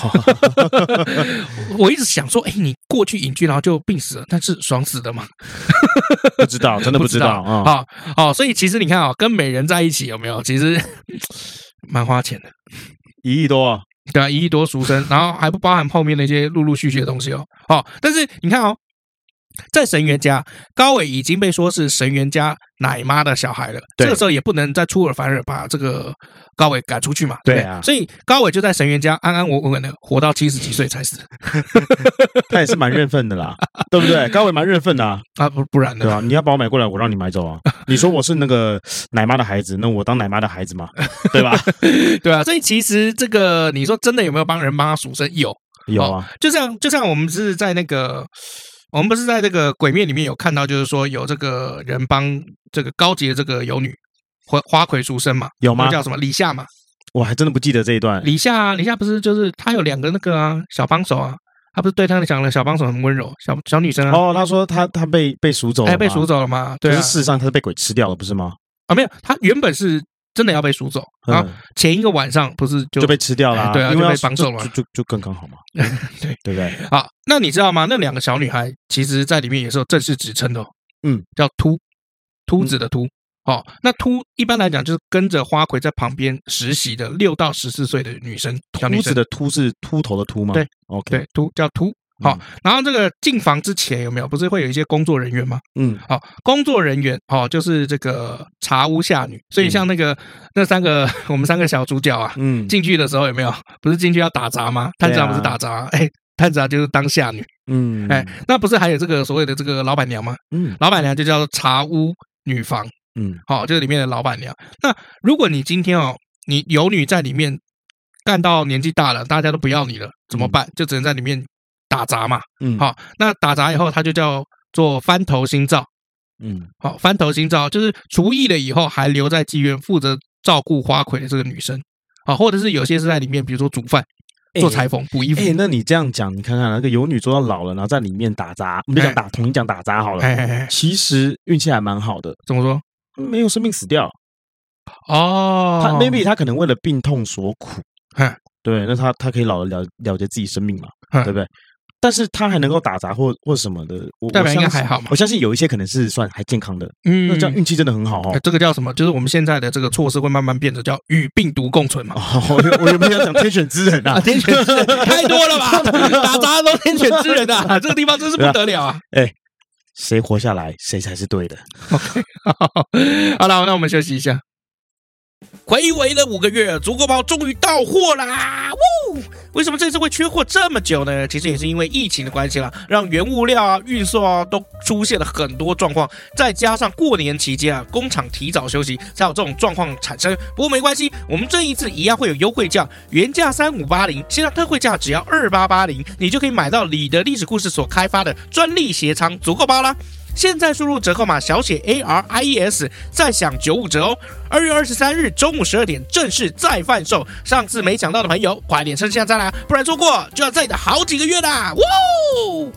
我一直想说，你过去隐居然后就病死了，但是爽死的吗？ 不知道，真的不知道。 所以其实你看跟美人在一起有没有？其实蛮花钱的 ，1亿多啊。 对啊，1亿多赎身，然后还不包含后面那些陆陆续续的东西。但是你看在神原家，高尾已经被说是神原家奶妈的小孩了，这个时候也不能再出尔反尔把这个高尾赶出去嘛。对啊，所以高尾就在神原家安安稳稳的活到70几岁才死。 他也是蛮认份的啦，对不对？高尾蛮认份的啊， 不然呢？ 对吧？你要把我买过来，我让你买走啊。你说我是那个奶妈的孩子，那我当奶妈的孩子嘛，对吧？ 对啊，所以其实这个你说真的有没有帮他赎身？有啊， 就像我们是在那个。我们不是在这个鬼面里面有看到，就是说有这个人帮这个高级的这个游女花魁赎身嘛？ 有吗？ 叫什么李夏嘛？ 我还真的不记得这一段。 李夏不是就是他有2个那个小帮手啊，他不是对他讲的小帮手很温柔，小女生啊。 他说他被赎走了， 被赎走了吗？对啊， 就是事实上他是被鬼吃掉了，不是吗？ 没有，他原本是真的要被赎走，然后前一个晚上不是就被吃掉了， 对啊， 因为就被绑走了， 就更刚好嘛，对不对？ 好，那你知道吗？那2个小女孩其实在里面也是有正式职称的，叫秃子的秃。那秃一般来讲就是跟着花魁在旁边实习的6到14岁的女生，小女生。 秃子的秃是秃头的秃吗？ 对 ，OK， 对，秃叫秃。然后这个进房之前有没有不是会有一些工作人员吗？工作人员就是这个茶屋下女，所以像那我们3个小主角啊，进去的时候有没有不是进去要打杂吗？探长不是打杂，探长就是当下女，那不是还有这个所谓的这个老板娘吗？老板娘就叫做茶屋女房，就是里面的老板娘。那如果你今天你有女在里面干到年纪大了，大家都不要你了，怎么办？就只能在里面打杂嘛。那打杂以后，他就叫做翻头新造。翻头新造就是除役了以后还留在妓院负责照顾花魁的这个女生，或者是有些是在里面，比如说煮饭、做裁缝、补衣服。 那你这样讲，你看看那个有女做到老了，然后在里面打杂，我们就讲打杂好了。其实运气还蛮好的。 怎么说？ 没有生命死掉。他 maybe 他可能为了病痛所苦。对，那他可以了结自己生命嘛，对不对？但是他还能够打杂或什么的， 代表应该还好嘛。 我相信有一些可能是算还健康的，那这样运气真的很好这个叫什么？就是我们现在的这个措施会慢慢变得叫与病毒共存嘛。 我有没有讲天选之人啊？ 天选之人太多了吧？打杂都天选之人啊！这个地方真是不得了啊！ 谁活下来，谁才是对的。 OK， 好了，那我们休息一下。 睽违了5个月，足够包终于到货啦！为什么这次会缺货这么久呢？其实也是因为疫情的关系啦，让原物料啊、运送啊都出现了很多状况，再加上过年期间啊，工厂提早休息，才有这种状况产生。不过没关系，我们这一次一样会有优惠价，原价3580，现在特惠价只要2880，你就可以买到李的历史故事所开发的专利鞋仓足够包啦。现在输入折扣码小写 ARIES 再享95折哦！2月23日中午12点正式再贩售，上次没抢到的朋友快点趁现在啦，不然错过就要再等好几个月啦！哇！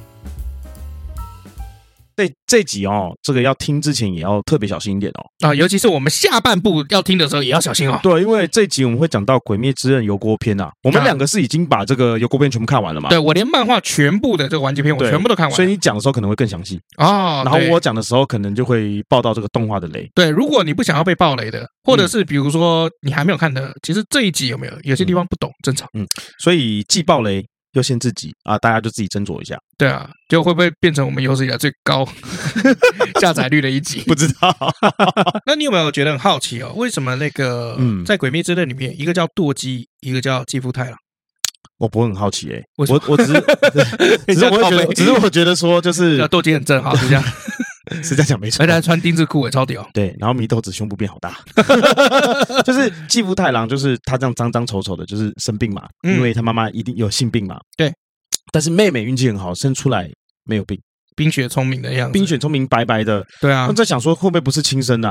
这集哦，这个要听之前也要特别小心一点哦。 尤其是我们下半部要听的时候也要小心哦。 对，因为这集我们会讲到《鬼灭之刃》油锅篇啊，我们两个是已经把这个油锅篇全部看完了嘛？ 对，我连漫画全部的这个完结篇我全部都看完了， 所以你讲的时候可能会更详细哦。 然后我讲的时候可能就会爆到这个动画的雷。 对，如果你不想要被爆雷的，或者是比如说你还没有看的，其实这一集有些地方不懂，正常。 所以既爆雷又限自己啊，大家就自己斟酌一下。 对啊，就会不会变成我们有史以来最高下载率的一集？ 不知道。 那你有没有觉得很好奇哦？为什么那个在《鬼灭之刃》里面，一个叫舵姬，一个叫继父太郎？ 我不会很好奇我只是我觉得说就是舵姬很正哈，是这样。 是这样讲没错， 而且还穿丁字裤超屌。 对，然后祢豆子胸部变好大，就是继父太郎，就是他这样脏脏丑丑的，就是生病嘛，因为他妈妈一定有性病嘛。 对， 但是妹妹运气很好，生出来没有病， 冰雪聪明的样子， 冰雪聪明白白的。 对啊， 我在想说会不会不是亲生的？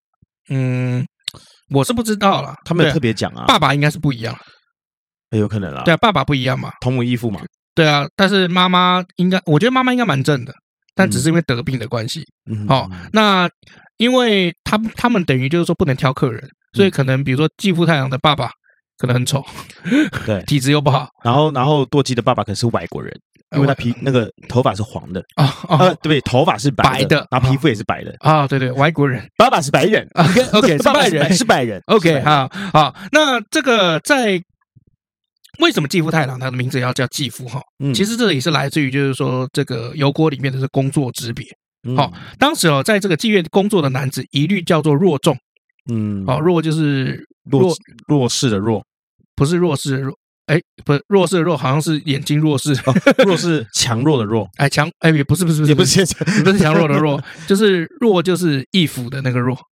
我是不知道啦， 他们有特别讲啊， 爸爸应该是不一样， 有可能啦。 对啊，爸爸不一样嘛， 同母异父嘛。 对啊，但是妈妈我觉得妈妈应该蛮正的。但只是因为得病的关系，那因为他们等于就是说不能挑客人，所以可能比如说继父太郎的爸爸可能很丑， 对， 体质又不好， 然后舵姬的爸爸可能是外国人，因为他那个头发是黄的对，头发是白的，然后皮肤也是白的啊，对，外国人， 爸爸是白人 ，OK， 是白人，OK， 好，那这个在。为什么继父太郎他的名字要叫继父哈？其实这也是来自于就是说这个油锅里面的是工作之别。当时在这个妓院工作的男子一律叫做弱众。弱就是弱势的弱， 不是弱势的弱。不是弱势的弱，好像是眼睛弱势。 弱是强弱的弱。 也不是强弱的弱，就是弱就是义父的那个弱。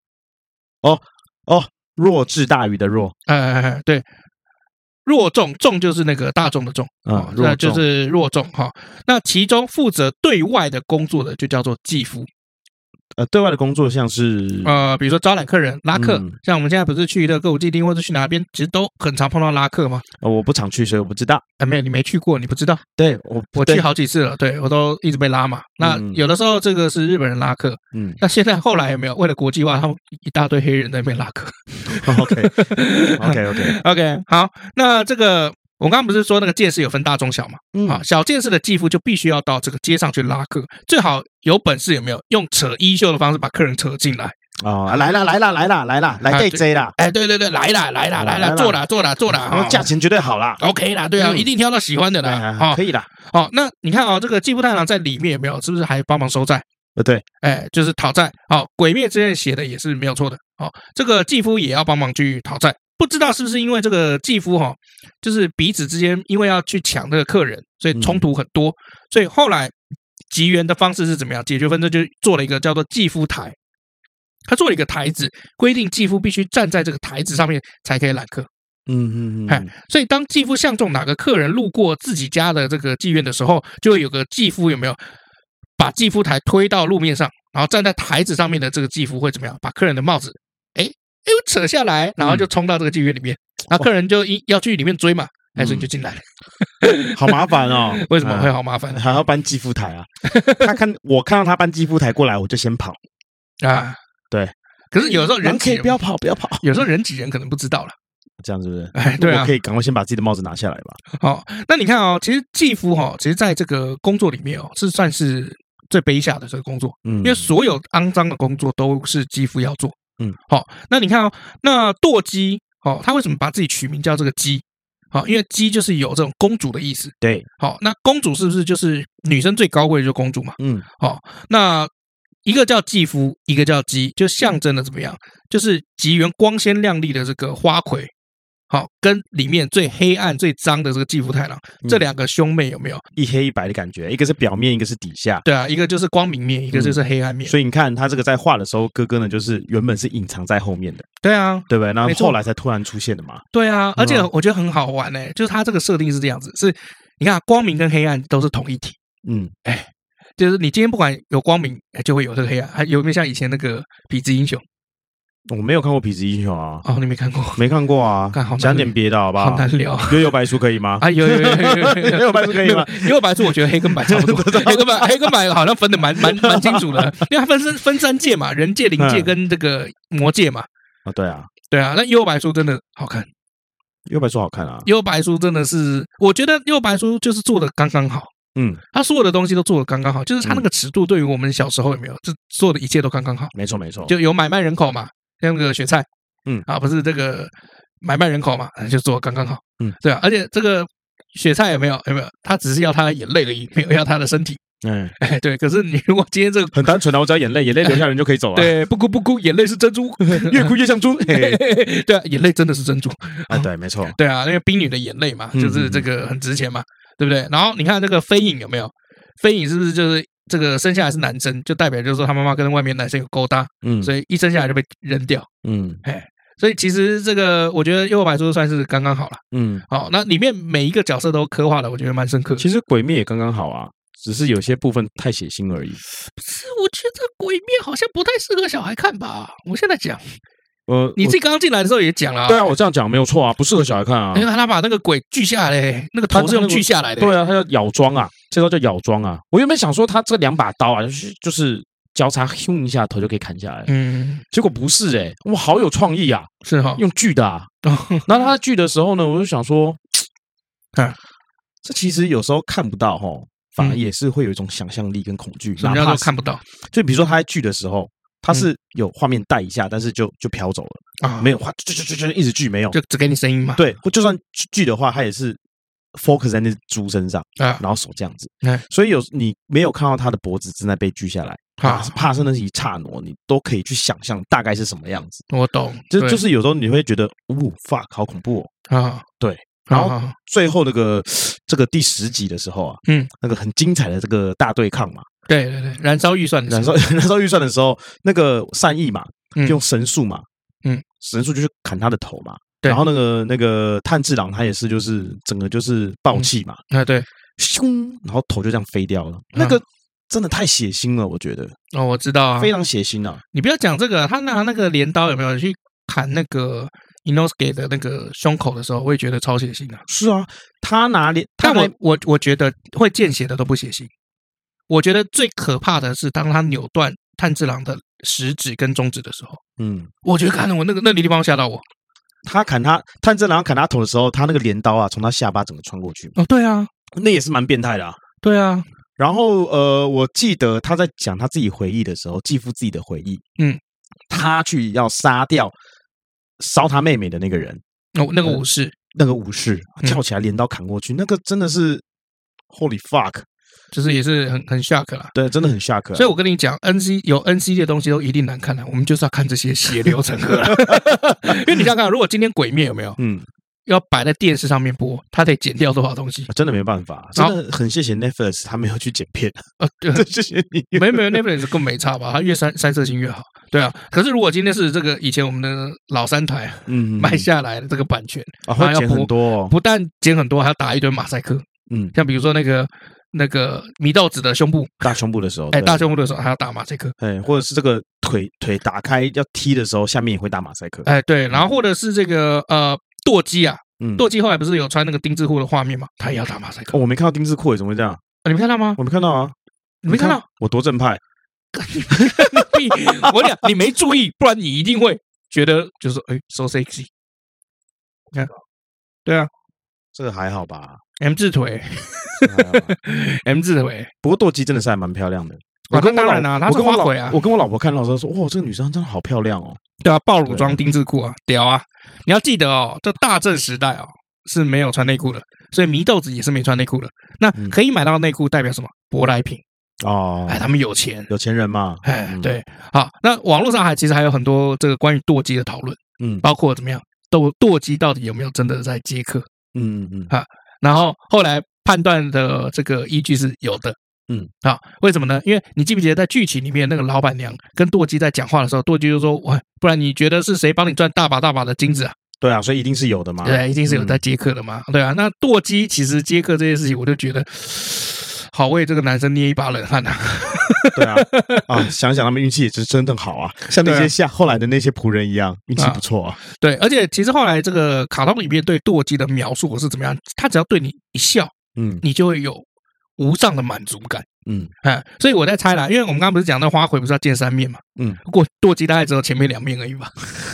弱智大于的弱。 对。弱众，众就是那个大众的众，那就是弱众哈。那其中负责对外的工作的就叫做继父。 对外的工作像是比如说招揽客人、拉客，像我们现在不是去的歌舞伎町或者去哪边，其实都很常碰到拉客吗？ 我不常去，所以我不知道。 没有，你没去过，你不知道。 对， 我去好几次了，对我都一直被拉嘛。那有的时候这个是日本人拉客，那现在后来有没有为了国际化，他们一大堆黑人在那边拉客？OK， 好，那这个。我刚刚不是说那个剑士有分大中小嘛？小剑士的继父就必须要到这个街上去拉客，最好有本事有没有用扯衣袖的方式把客人扯进来？ 来对 J 啦！ 对，来啦，坐啦， 价钱绝对好啦 ，OK 啦，对啊，一定挑到喜欢的啦， 可以啦。 那你看这个继父太郎在里面有没有？是不是还帮忙收债？ 对， 就是讨债。鬼灭之刃写的也是没有错的。这个继父也要帮忙去讨债。不知道是不是因为这个继父就是彼此之间因为要去抢这个客人，所以冲突很多，所以后来吉原的方式是怎么样解决纷争？就做了一个叫做继父台，他做了一个台子，规定继父必须站在这个台子上面才可以揽客。所以当继父相中哪个客人路过自己家的这个妓院的时候，就会有个继父有没有把继父台推到路面上，然后站在台子上面的这个继父会怎么样？把客人的帽子扯下来，然后就冲到这个妓院里面，然后客人就要去里面追嘛，所以就进来了。 好麻烦哦！ 为什么会好麻烦？ 还要搬继父台啊？我看到他搬继父台过来，我就先跑啊。对，可是有时候人可以不要跑， 有时候人挤人可能不知道了。 这样是不是？ 对啊， 我可以赶快先把自己的帽子拿下来吧。 好，那你看其实继父其实在这个工作里面是算是最卑下的这个工作，因为所有肮脏的工作都是继父要做。那你看那舵姬他为什么把自己取名叫这个姬？因为姬就是有这种公主的意思。对，那公主是不是就是女生最高贵的就是公主嘛？那一个叫继夫，一个叫姬，就象征了怎么样？就是吉原光鲜亮丽的这个花魁，好，跟里面最黑暗、最脏的这个继夫太郎，这两个兄妹有没有一黑一白的感觉？一个是表面，一个是底下。 对啊，一个就是光明面，一个就是黑暗面。 所以你看他这个在画的时候，哥哥呢就是原本是隐藏在后面的。 对啊， 对不对？然后后来才突然出现的嘛。 对啊，而且我觉得很好玩欸，就是他这个设定是这样子，是你看光明跟黑暗都是同一体。就是你今天不管有光明，就会有这个黑暗。还有没有像以前那个痞子英雄？ 我没有看过《痞子英雄》啊。 哦，你没看过？ 没看过啊。讲点别的好不好？ 好难聊。 幽游白书可以吗？ 啊，有幽游白书可以吗？ 幽游白书我觉得黑跟白差不多。黑跟白好像分的蛮清楚的，因为它分三界嘛，人界、灵界跟这个魔界嘛。 啊，对啊， 对啊。那幽游白书真的好看。 幽游白书好看啊。 幽游白书真的是，我觉得幽游白书就是做的刚刚好。他所有的东西都做的刚刚好，就是他那个尺度对于我们小时候有没有，就做的一切都刚刚好。 没错没错， 就有买卖人口嘛，像那个雪菜，不是这个买卖人口嘛，就做的刚刚好。对啊，而且这个雪菜有没有？他只是要他的眼泪而已，没有要他的身体。对。可是你如果今天这个很单纯的，我只要眼泪流下人就可以走了。 对，不哭，眼泪是珍珠， 越哭越像猪。 对啊，眼泪真的是珍珠。 对，没错。 对啊，因为冰女的眼泪嘛，就是这个很值钱嘛。对不对？然后你看这个飞影有没有？飞影是不是就是这个生下来是男生，就代表就是说他妈妈跟外面男生有勾搭，所以一生下来就被扔掉。所以其实这个我觉得《幽游白书》算是刚刚好了。好，那里面每一个角色都刻画的，我觉得蛮深刻。 其实鬼灭也刚刚好啊，只是有些部分太血腥而已。 不是，我觉得鬼灭好像不太适合小孩看吧？我现在讲。你自己刚刚进来的时候也讲了。 对啊，我这样讲没有错啊，不适合小孩看啊。 因为他把那个鬼锯下来，那个头是用锯下来的。 对啊，他叫咬装啊，这招叫咬装啊。我原本想说他这两把刀啊，就是交叉轰一下头就可以砍下来。结果不是哇，好有创意啊， 是哈， 用锯的啊。然后他锯的时候呢，我就想说，这其实有时候看不到反而也是会有一种想象力跟恐惧。 什么叫做看不到？ 就比如说他在锯的时候。它是有画面带一下，但是就飘走了啊，没有画，就一直锯没有， 就只给你声音嘛。 对，就算锯的话，它也是 focus 在那猪身上然后手这样子，所以你没有看到它的脖子正在被锯下来怕是那是一刹那，你都可以去想象大概是什么样子。 我懂， 就是有时候你会觉得fuck 好恐怖对。然后最后这个第10集的时候啊，那个很精彩的这个大对抗嘛。 对，燃烧预算的时候， 燃烧预算的时候，那个善意嘛，就用神术嘛，神术就去砍他的头嘛。然后那个炭治郎他也是就是整个就是爆气嘛， 对， 咻，然后头就这样飞掉了。那个真的太血腥了，我觉得。 我知道啊， 非常血腥啊。 你不要讲这个，他拿那个镰刀有没有去砍那个Inosuke 的那个胸口的时候，我也觉得超血腥啊。 是啊，他拿镰， 但我觉得会见血的都不血腥。我觉得最可怕的是当他扭断炭治郎的食指跟中指的时候，我觉得看了我那个地方吓到我。 炭治郎砍他头的时候，他那个镰刀啊从他下巴整个穿过去。 对啊， 那也是蛮变态的啊。 对啊， 然后我记得他在讲他自己回忆的时候，继父自己的回忆，他去要杀掉烧他妹妹的那个人， 那个武士， 跳起来镰刀砍过去，那个真的是 Holy fuck。 就是也是很 shock 啦， 对，真的很 shock。 所以我跟你讲有 NC 的东西都一定难看的，我们就是要看这些血流成河。因为你想想看，如果今天鬼灭有没有，要摆在电视上面播，他得剪掉多少东西？ 真的没办法，真的很谢谢 Netflix， 他没有去剪片。 对， 谢谢你。 没有 Netflix 更没差吧？他越三色性越好。对啊，可是如果今天是这个以前我们的老三台买下来的这个版权会剪很多， 不但剪很多，还要打一堆马赛克。像比如说那个祢豆子的胸部， 大胸部的时候， 大胸部的时候还要打马赛克， 或者是这个腿打开要踢的时候，下面也会打马赛克， 对，然后或者是这个舵机啊，舵机后来不是有穿那个丁字裤的画面吗？他也要打马赛克。 我没看到丁字裤，怎么会这样？ 你没看到吗？ 我没看到啊， 你没看到？ 我多正派。 我讲你没注意，不然你一定会觉得就是so sexy。你看，对啊， 这个还好吧 ？M 字腿，M 字腿。 不过舵机真的是还蛮漂亮的。 当然啦，他是花魁啊。 我跟我老婆看到的时候说，哇，这个女生真的好漂亮哦。 对啊，暴乳装丁字裤啊，屌啊！你要记得哦，这大正时代哦是没有穿内裤的，所以祢豆子也是没穿内裤的。那可以买到内裤代表什么？舶来品。 哦， 他们有钱， 有钱人嘛， 对，好，那网络上其实还有很多这个关于舵机的讨论，包括怎么样舵机到底有没有真的在接客，然后后来判断的这个依据是有的。为什么呢？因为你记不记得在剧情里面那个老板娘跟舵机在讲话的时候，舵机就说：“不然你觉得是谁帮你赚大把大把的金子啊？” 对啊，所以一定是有的嘛。 对，一定是有在接客的嘛。对啊，那舵机其实接客这件事情，我就觉得好为这个男生捏一把冷汗啊。 对啊，想想他们运气也是真的好啊，像那些后来的那些仆人一样，运气不错啊。 对，而且其实后来这个卡通里面对舵机的描述是怎么样？他只要对你一笑，你就会有无上的满足感。所以我在猜啦，因为我们刚刚不是讲那花魁不是要见3面嘛，过舵机大概只有前面2面而已吧。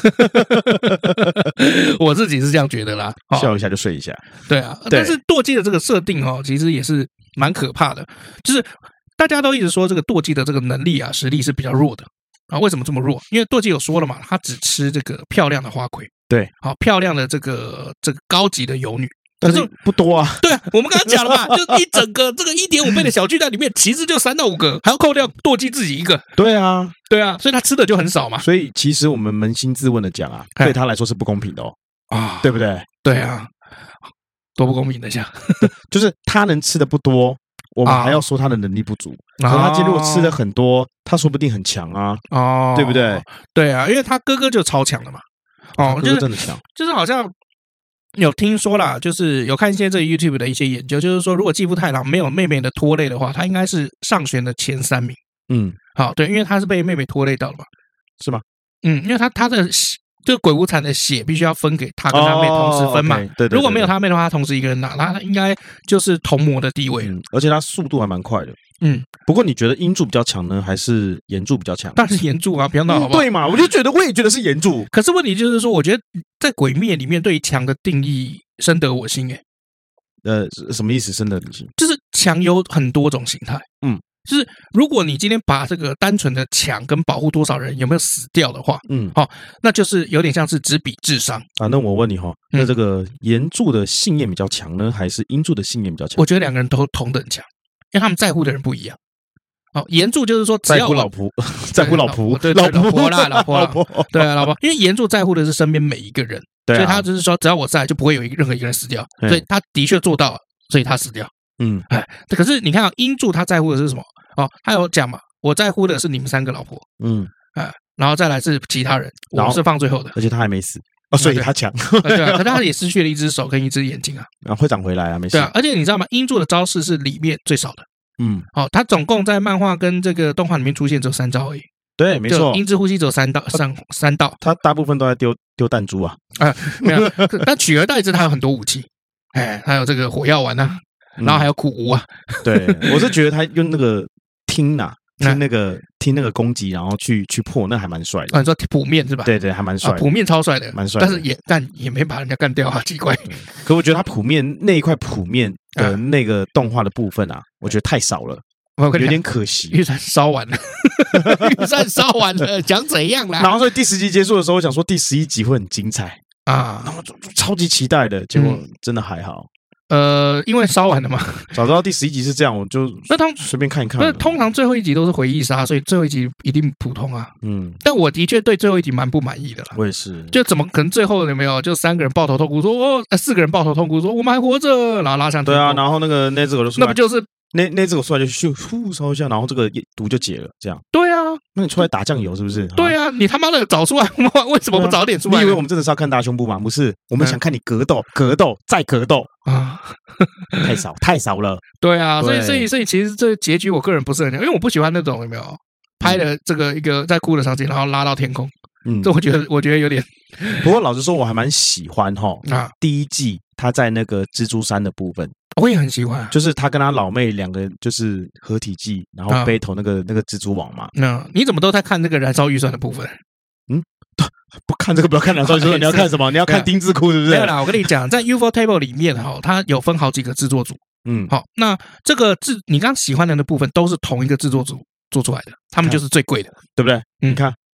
我自己是这样觉得啦， 笑一下就睡一下。 对啊，但是舵机的这个设定其实也是蛮可怕的，就是大家都一直说这个舵机的这个能力实力是比较弱的啊。为什么这么弱？因为舵机有说了嘛，他只吃这个漂亮的花魁，对，好漂亮的这个高级的游女。 但是不多啊， 对啊，我们刚刚讲了嘛，就一整个这个1.5倍的小巨蛋里面，其实就3到5个，还要扣掉舵机自己一个。 对啊， 所以他吃的就很少嘛。 所以其实我们扪心自问的讲啊，对他来说是不公平的对不对？ 对啊，多不公平的讲， 就是他能吃的不多，我们还要说他的能力不足。可是他今天如果吃的很多，他说不定很强啊，对不对？ 对啊，因为他哥哥就超强的嘛。 哥哥真的强， 就是好像。有听说啦，就是有看一些这 YouTube 的一些研究，就是说，如果纪夫太郎没有妹妹的拖累的话，他应该是上旋的前3名。好，对，因为他是被妹妹拖累到了嘛， 是吗？ 因为他的这个鬼无惨的血必须要分给他跟他妹同时分嘛。对，如果没有他妹的话，他同时一个人拿，他应该就是同模的地位。 而且他速度还蛮快的。不过你觉得音柱比较强呢，还是岩柱比较强？ 当然是岩柱啊，不要闹好不好？ 对嘛，我也觉得是岩柱。 可是问题就是说，我觉得在鬼灭里面对于强的定义深得我心。 什么意思？深得你心？ 就是强有很多种形态。就是如果你今天把这个单纯的强跟保护多少人有没有死掉的话，那就是有点像是只比智商啊。那我问你那这个岩柱的信念比较强呢，还是音柱的信念比较强？ 我觉得2个人都同等强。因为他们在乎的人不一样。岩柱就是说， 在乎老婆，在乎老婆， 对，老婆啦，对啊，老婆。因为岩柱在乎的是身边每一个人，所以他就是说，只要我在，就不会有任何一个人死掉。所以他的确做到了，所以他死掉。可是你看音柱他在乎的是什么？他有讲嘛，我在乎的是你们3个老婆。然后再来是其他人，我是放最后的， 而且他还没死。所以他强。 对啊，可是他也失去了1只手跟1只眼睛啊。 会长回来啊，没事。 对啊，而且你知道吗？音柱的招式是里面最少的。他总共在漫画跟这个动画里面出现只有3招而已。 对，没错， 音之呼吸只有3道， 他大部分都在丢弹珠啊。 没有，但取而代之，他有很多武器。还有这个火药丸啊，然后还有苦无啊。 对，我是觉得他用那个听那个攻击，然后去破，那还蛮帅的。 你说普面是吧？ 对，还蛮帅的。 普面超帅的， 蛮帅的。 但也没把人家干掉啊，奇怪。 可我觉得他普面那一块普面的那个动画的部分啊，我觉得太少了，有点可惜。 预算烧完了，讲怎样啦？ 然后所以第10集结束的时候，我想说第11集会很精彩啊，然后超级期待的，结果真的还好。 因为烧完了嘛， 早知道第11集是这样，我就随便看一看。 那通常最后1集都是回忆杀，所以最后1集一定普通啊。但我的确对最后1集蛮不满意的啦。 我也是， 就怎么可能最后有没有就3个人抱头痛哭说4个人抱头痛哭说我们还活着，然后拉上对啊，然后那个那只狗就出来， 那不就是那只狗出来就呼烧一下，然后这个毒就解了，这样。 对啊， 那你出来打酱油是不是？ 对啊，你他妈的早出来，为什么不早点出来？ 你以为我们真的是要看大胸部吗？不是，我们想看你格斗再格斗啊！太少了。对啊，所以其实这结局我个人不是很，因为我不喜欢那种有没有拍的这个一个在哭的场景，然后拉到天空。这我觉得有点。 不过老实说，我还蛮喜欢第1季他在那个蜘蛛山的部分。 我也很喜欢， 就是他跟他老妹2个就是合体技，然后battle那个蜘蛛网嘛。 你怎么都在看那个燃烧预算的部分？ 不看这个，不要看燃烧预算，你要看什么？你要看丁字裤是不是？ 没有啦，我跟你讲，在 UFO Table 里面它有分好几个制作组。好，那这个你刚喜欢的那部分都是同一个制作组做出来的，他们就是最贵的， 对不对？你看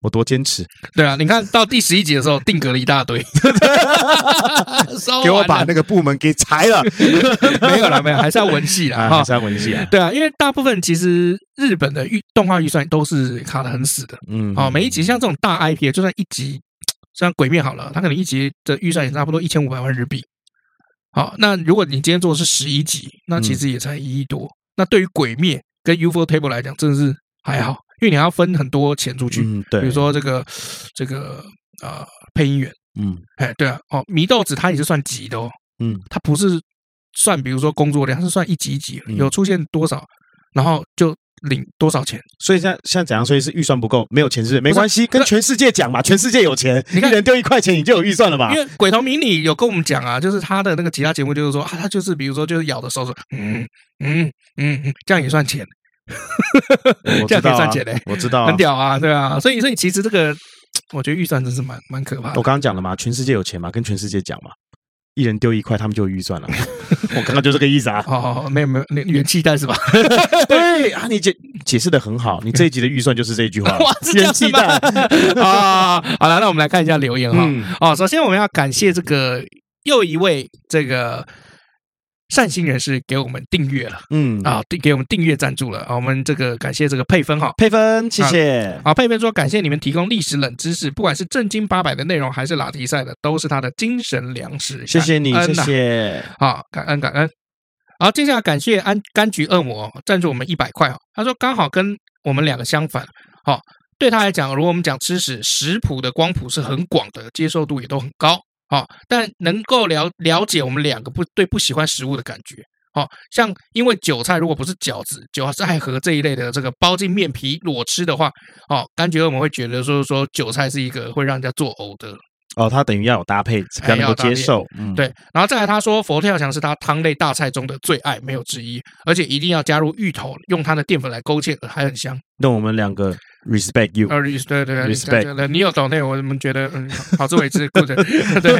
我多坚持。 对啊，你看到第11集的时候，定格了一大堆， 给我把那个部门给裁了。 没有啦，没有，还是要文戏啦， 还是要文戏啊。 对啊，因为大部分其实日本的动画预算都是卡得很死的。每一集像这种大 IP， 就算一集，像鬼灭好了，它可能一集的预算也差不多1500万日币。好，那如果你今天做的是11集，那其实也才1亿多。那对于鬼灭跟 UFO Table 来讲，真的是还好。因为你还要分很多钱出去， 对， 比如说这个配音员，对啊，祢豆子它也是算集的哦，它不是算比如说工作量，是算一集一集，有出现多少，然后就领多少钱。 所以现在怎样？所以是预算不够，没有钱是没关系，跟全世界讲嘛，全世界有钱，你看人丢1块钱，你就有预算了嘛。 因为鬼头迷你有跟我们讲啊，就是他的那个其他节目，就是说他就是比如说就是咬的时候说，这样也算钱。这样可以赚钱嘞， 我知道， 很屌啊，对啊，所以其实这个，我觉得预算真是蛮可怕的。 我刚刚讲了嘛，全世界有钱嘛，跟全世界讲嘛，一人丢1块，他们就有预算了。我刚刚就这个意思啊。 没有，元气弹是吧？ 对啊，你解释的很好，你这一集的预算就是这一句话， 元气弹啊。好了，那我们来看一下留言哈。首先我们要感谢这个又一位这个善心人士给我们订阅了，给我们订阅赞助了，我们这个感谢这个佩芬哈， 佩芬谢谢。 佩芬说感谢你们提供历史冷知识，不管是正经800的内容还是拉提赛的，都是他的精神粮食。 谢谢你，谢谢。 好，感恩。好，接下来感谢柑橘恶魔赞助我们100块，他说刚好跟我们2个相反，对他来讲，如果我们讲吃食，食谱的光谱是很广的，接受度也都很高。但能够了解我们2个不喜欢食物的感觉。像因为韭菜如果不是饺子、韭菜盒这一类的这个包进面皮裸吃的话，柑橘恶魔会觉得说韭菜是一个会让人家作呕的。 它等于要有搭配才能够接受。 对，然后再来他说佛跳墙是他汤类大菜中的最爱，没有之一，而且一定要加入芋头，用它的淀粉来勾芡，还很香。 那我们2个 respect you， 对 respect， 你有懂那我们觉得好自为之，对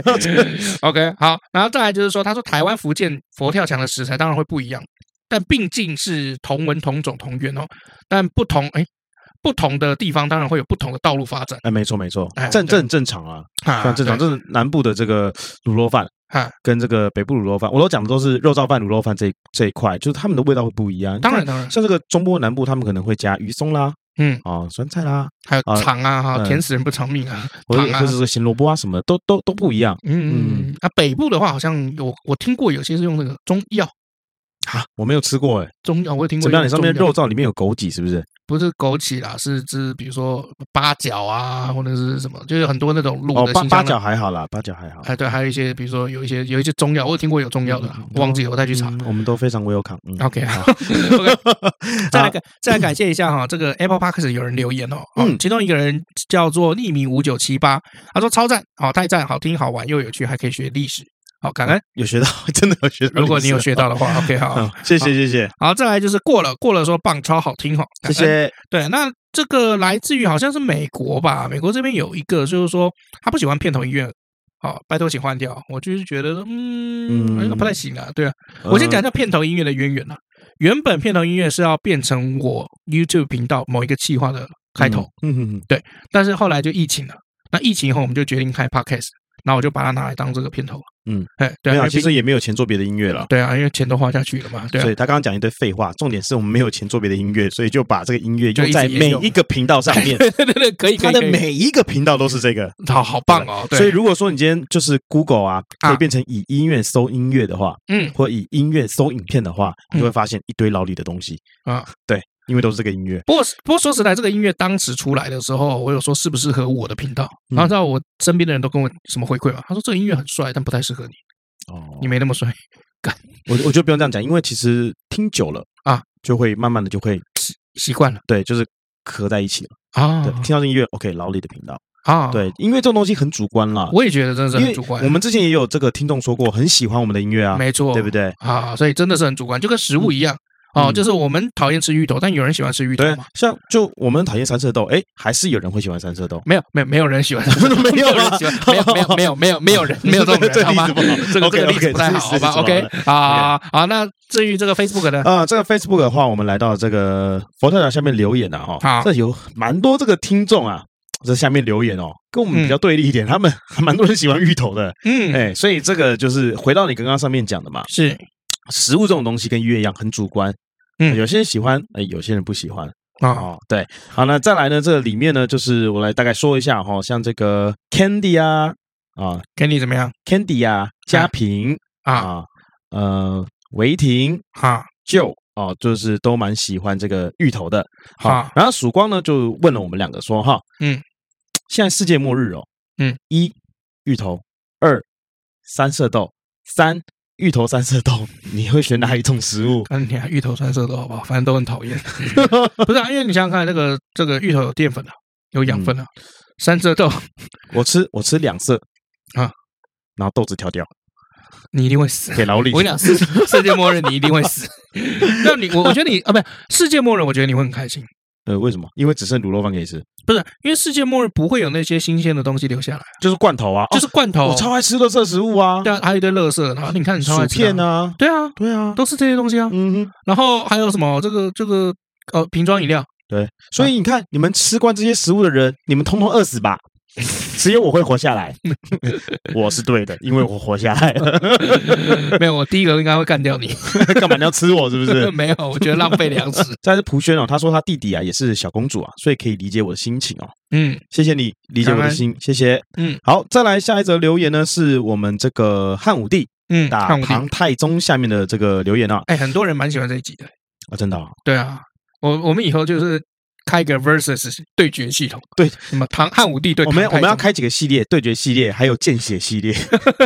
，OK 好，然后再来就是说，他说台湾福建佛跳墙的食材当然会不一样，但毕竟是同文同种同源但不同的地方当然会有不同的道路发展。 没错，正常啊，正常。这是南部的这个卤肉饭，跟这个北部卤肉饭，我都讲的都是肉燥饭、卤肉饭这一块，就是他们的味道会不一样。 当然， 像这个中部、南部，他们可能会加鱼松啦，酸菜啦， 还有肠啊，甜死人不偿命啊， 或者是咸萝卜啊什么的，都不一样。 北部的话好像我听过有些是用那个中药。 我没有吃过中药我有听过。 怎么样？你上面肉燥里面有枸杞是不是？ 不是枸杞啦，是比如说八角啊，或者是什么，就是很多那种卤的。 八角还好啦，八角还好。 对，还有一些比如说有一些中药，我有听过有中药的，我忘记了，我再去查。 我们都非常 welcome。 OK 好。再来感谢一下这个 Apple Podcast 有人留言其中一个人叫做匿名5978，他说超赞，太赞，好听好玩又有趣，还可以学历史。好，感恩有学到，真的有学到。 如果你有学到的话，OK 好， 谢谢。 好，再来就是过了说棒，超好听谢谢。 对，那这个来自于好像是美国吧，美国这边有一个就是说他不喜欢片头音乐，拜托请换掉。我就是觉得不太行啊。对啊，我先讲一下片头音乐的渊源啊。原本片头音乐是要变成我 YouTube 频道某一个企划的开头，对，但是后来就疫情了。那疫情以后，我们就决定开 Podcast。然后我就把它拿来当这个片头。 对啊，其实也没有钱做别的音乐了。 对啊，因为钱都花下去了嘛。对啊， 所以他刚刚讲一堆废话，重点是我们没有钱做别的音乐，所以就把这个音乐用在每一个频道上面。 对，可以。 他的每一个频道都是这个， 好棒哦。 所以如果说你今天就是 Google 可以变成以音乐搜音乐的话，或以音乐搜影片的话，你就会发现一堆老李的东西对。因为都是这个音乐。不过说实在，这个音乐当时出来的时候，我有说适不适合我的频道，然后知道我身边的人都跟我什么回馈嘛？他说这个音乐很帅，但不太适合你。你没那么帅。 我觉得不用这样讲，因为其实听久了就会慢慢的就会习惯了。 对，就是合在一起了对，听到这音乐 ，OK， 老李的频道。对，音乐这种东西很主观啦。 我也觉得真的是很主观。 我们之前也有这个听众说过，很喜欢我们的音乐没错， 对不对？ 所以真的是很主观，就跟食物一样。就是我们讨厌吃芋头，但有人喜欢吃芋头嘛？ 像就我们讨厌三色豆，还是有人会喜欢三色豆？ 没有人喜欢三色豆，没有人喜欢，没有人，没有这种人，好吗？这个例子不太好，好吧 ？OK， 好，那至于这个 Facebook 呢？ 这个 Facebook 的话，我们来到这个佛跳墙下面留言这有蛮多这个听众这下面留言哦，跟我们比较对立一点，他们还蛮多人喜欢芋头的，所以这个就是回到你刚刚上面讲的嘛， 是食物这种东西跟音乐一样很主观，有些人喜欢，有些人不喜欢。对，好，那再来呢？这个里面呢，就是我来大概说一下哈，像这个 Candy 啊 ，Candy 怎么样 ？Candy 啊，嘉平维婷就就是都蛮喜欢这个芋头的。好，然后曙光呢就问了我们两个说哈，现在世界末日哦，1芋头，2三色豆，3芋头三色豆，你会选哪一种食物？ 你看芋头三色豆好不好？反正都很讨厌。不是啊，因为你想想看，这个芋头有淀粉啊，有养分啊。三色豆， 我吃2色啊，然后豆子挑掉， 你一定会死。 给劳力， 我跟你讲，世界末日你一定会死。那我觉得你不是世界末日，我觉得你会很开心。 为什么？因为只剩卤肉饭可以吃。 不是，因为世界末日不会有那些新鮮的東西留下來， 就是罐頭啊， 就是罐頭。 我超愛吃垃圾食物啊， 對啊，還有一堆垃圾。然後你看，你超愛吃薯片啊， 對啊，都是這些東西啊。然後還有什麼？這個瓶裝飲料。 對，所以你看，你們吃慣這些食物的人，你們通通餓死吧。只有我會活下來，我是對的，因為我活下來了。 沒有，我第一個應該會幹掉你。 幹嘛你要吃我是不是？ 沒有，我覺得浪費糧食。 再是蒲軒哦，他說他弟弟啊也是小公主啊，所以可以理解我的心情哦。謝謝你理解我的心，謝謝。好，再來下一則留言呢，是我們這個漢武帝打唐太宗下面的這個留言啊。 很多人蠻喜歡這一集的啊，真的啊？ 對啊，我們以後就是開個 versus 對決系統，對，什麼漢武帝對唐太宗， 我們要開幾個系列，對決系列，還有見血系列，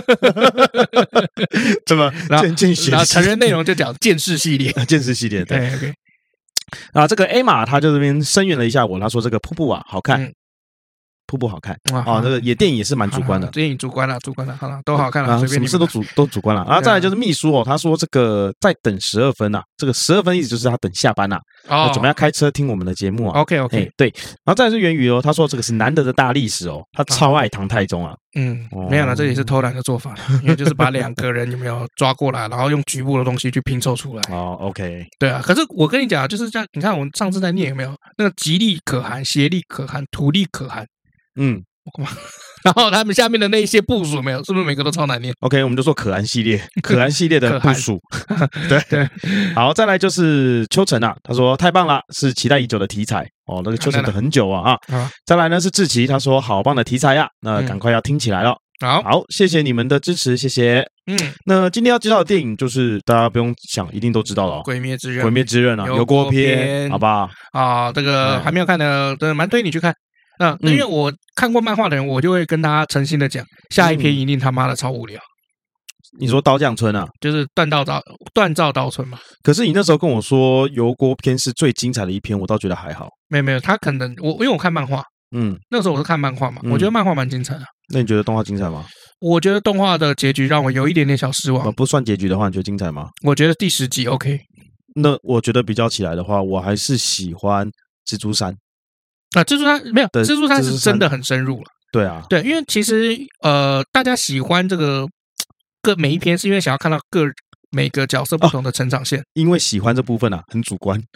怎麼？見血， 然後成人內容就講見識系列， 見識系列，對 ，OK。 啊，這個 A 馬他就這邊聲援了一下我，他說這個瀑布啊好看。瀑布好看啊，這個也電影也是蠻主觀的， 電影主觀了，好了，都好看了，隨便你什麼事都主觀了。然後再來就是秘書哦，他說這個在等12分啊，這個12分意思就是他等下班啊，準備要開車聽我們的節目啊。 OK， 對，然後再來是元宇哦，他說這個是難得的大歷史哦，他超愛唐太宗啊。 沒有啦，這也是偷懶的做法，因為就是把兩個人有沒有抓過來，然後用局部的東西去拼湊出來。 OK， 對啊，可是我跟你講，就是這樣，你看我們上次在念有沒有那個吉利可汗、協力可汗、土力可汗。然後他們下面的那些部屬沒有，是不是每個都超難念 ？OK， 我們就說可汗系列，可汗系列的部屬。對，好，再來就是秋晨啊，他說太棒了，是期待已久的題材哦。那個秋晨等很久啊。再來呢是志奇，他說好棒的題材呀，那趕快要聽起來了。好，謝謝你們的支持，謝謝。那今天要介紹的電影就是大家不用想，一定都知道了，《鬼滅之刃》啊，油鍋篇，好不好？啊，這個還沒有看的，真的蠻推你去看。因為我看過漫畫的人，我就會跟大家誠心的講，下一篇一定他媽的超無聊。你說刀匠村啊， 就是鍛造刀村嘛。 可是你那時候跟我說油鍋篇是最精彩的一篇，我倒覺得還好。 沒有，他可能因為我看漫畫，那時候我是看漫畫嘛，我覺得漫畫蠻精彩的。 那你覺得動畫精彩嗎？ 我覺得動畫的結局讓我有一點點小失望。 不算結局的話，你覺得精彩嗎？ 我覺得第10集 OK。 那我覺得比較起來的話，我還是喜歡蜘蛛山。 蜘蛛山沒有，蜘蛛山是真的很深入了。 對啊， 對，因為其實大家喜歡這個每一篇，是因為想要看到每個角色不同的成長線。 因為喜歡這部分啊，很主觀。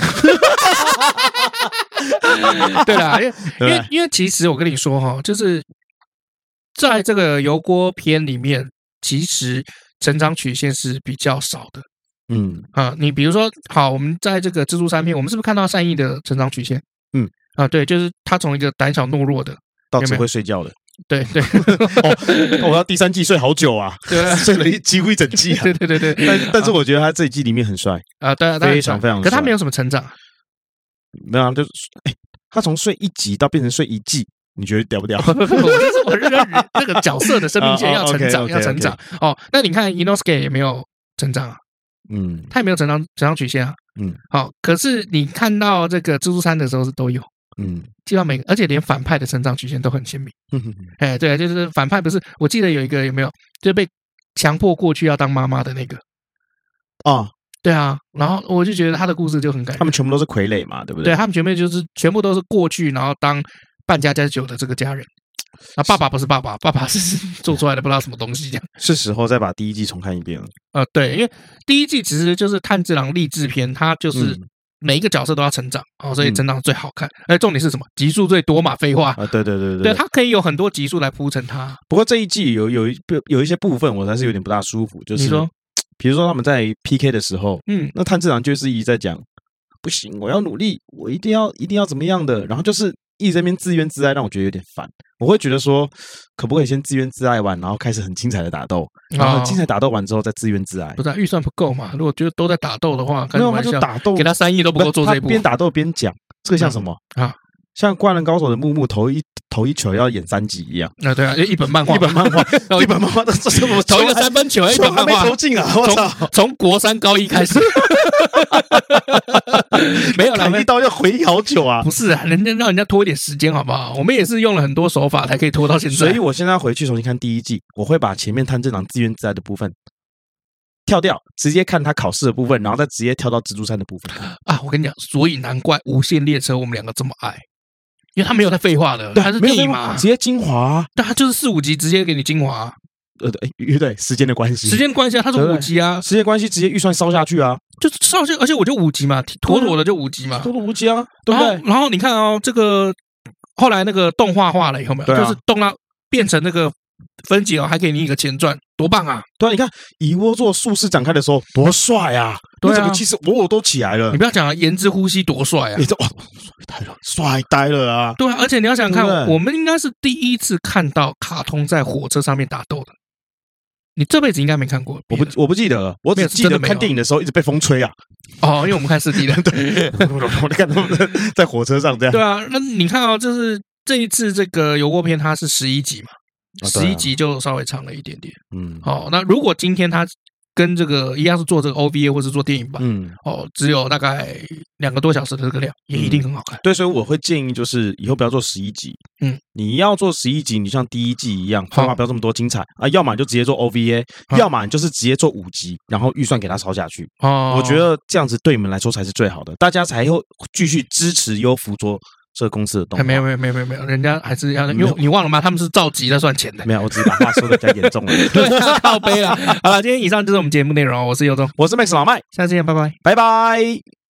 對啦，因為其實我跟你說哈，就是在這個油鍋篇裡面，其實成長曲線是比較少的。你比如說，好，我們在這個蜘蛛山篇，我們是不是看到善逸的成長曲線？對，就是他從一個膽小懦弱的到只會睡覺的， 對， 我到第3季睡好久啊，睡了幾乎一整季啊， 對， 但是我覺得他這一季裡面很帥啊，對， 非常非常帥， 可他沒有什麼成長， 沒有啊，就是他從睡1集到變成睡1季，你覺得屌不屌？ 我認為這個角色的生命線要成長哦，那你看 Inosuke 也沒有成長啊。他也沒有成長曲線啊。好，可是你看到這個蜘蛛山的時候是都有。基本上每個，而且連反派的成長曲線都很鮮明。對，就是反派不是，我記得有一個有沒有，就被強迫過去要當媽媽的那個。對啊，然後我就覺得他的故事就很感人。 他們全部都是傀儡嘛，對不對？ 對，他們全部都是過去，然後當扮家家酒的這個家人。爸爸不是爸爸，爸爸是做出來的不知道什麼東西這樣。 是時候再把第1季重看一遍了。 對，因為第1季其實就是炭治郎勵志篇，他就是每一个角色都要成长哦，所以成长最好看。重点是什么？集数最多嘛，废话啊，对， 它可以有很多集数来铺陈它。 不过这一季有一些部分我还是有点不大舒服，就是比如说他们在 PK 的时候，那炭治郎就是一直在讲，不行，我要努力，我一定要怎么样的，然后就是一直在那边自怨自艾，让我觉得有点烦。我会觉得说，可不可以先自怨自艾完，然后开始很精彩的打斗，然后很精彩打斗完之后再自怨自艾？ 不是预算不够嘛？如果觉得都在打斗的话， 没有他就打斗， 给他3亿都不够做这一部。 边打斗边讲，这个像什么啊？像《灌篮高手》的木木投一球要演3集一样。 对啊，一本漫画， 一本漫画的这什么投一个3分球，一本漫画没投进啊！我操， 从国3高1开始，没有啦， 一刀要回好久啊！ 不是啊，让人家拖一点时间好不好？我们也是用了很多手法才可以拖到现在。 所以我现在回去重新看第1季，我会把前面炭治郎自怨自艾的部分跳掉，直接看他考试的部分，然后再直接跳到蜘蛛山的部分啊！我跟你讲，所以难怪无限列车我们2个这么爱。因为他没有在废话的，他是电影嘛， 直接精华， 对，他就是4、5集直接给你精华， 对，时间的关系， 啊，他是5集啊， 时间关系直接预算烧下去啊， 就是烧下去，而且我就5集嘛，妥妥的就5集嘛， 妥妥5集啊，对不对？ 然后你看哦，这个后来那个动画化了以后没有，就是动到变成那个分解哦，还给你一个前传，多棒啊！ 对啊，你看蚁窝座术士展开的时候多帅啊！对啊，其实我都起来了。 你不要讲啊，言之呼吸多帅啊！ 你这帅呆了啊！ 对啊，而且你要想看，我们应该是第一次看到卡通在火车上面打斗的。你这辈子应该没看过， 我不记得了，我只记得看电影的时候一直被风吹啊。 哦，因为我们看4D 的， 对，我看他们在火车上这样。 对啊，那你看哦，就是这一次这个油锅篇它是11集嘛。11集就稍微长了一点点，那如果今天他跟这个一样是做这个 OVA 或是做电影版，只有大概2个多小时的这个量，也一定很好看。 对，所以我会建议就是以后不要做11集，你要做11集，你像第1季一样，方法不要这么多精彩啊，要么你就直接做 OVA，要么你就是直接做5集，然后预算给它烧下去。我觉得这样子对你们来说才是最好的，大家才会继续支持优芙做这个公司的动画。 没有，人家还是要，因为你忘了吗？他们是照集在算钱的。 没有，我只是把话说的比较严重了。 对，靠背了。好了，今天以上就是我们节目内容。我是尤忠， 我是 Max 老麦， 下次见，拜拜， 拜拜。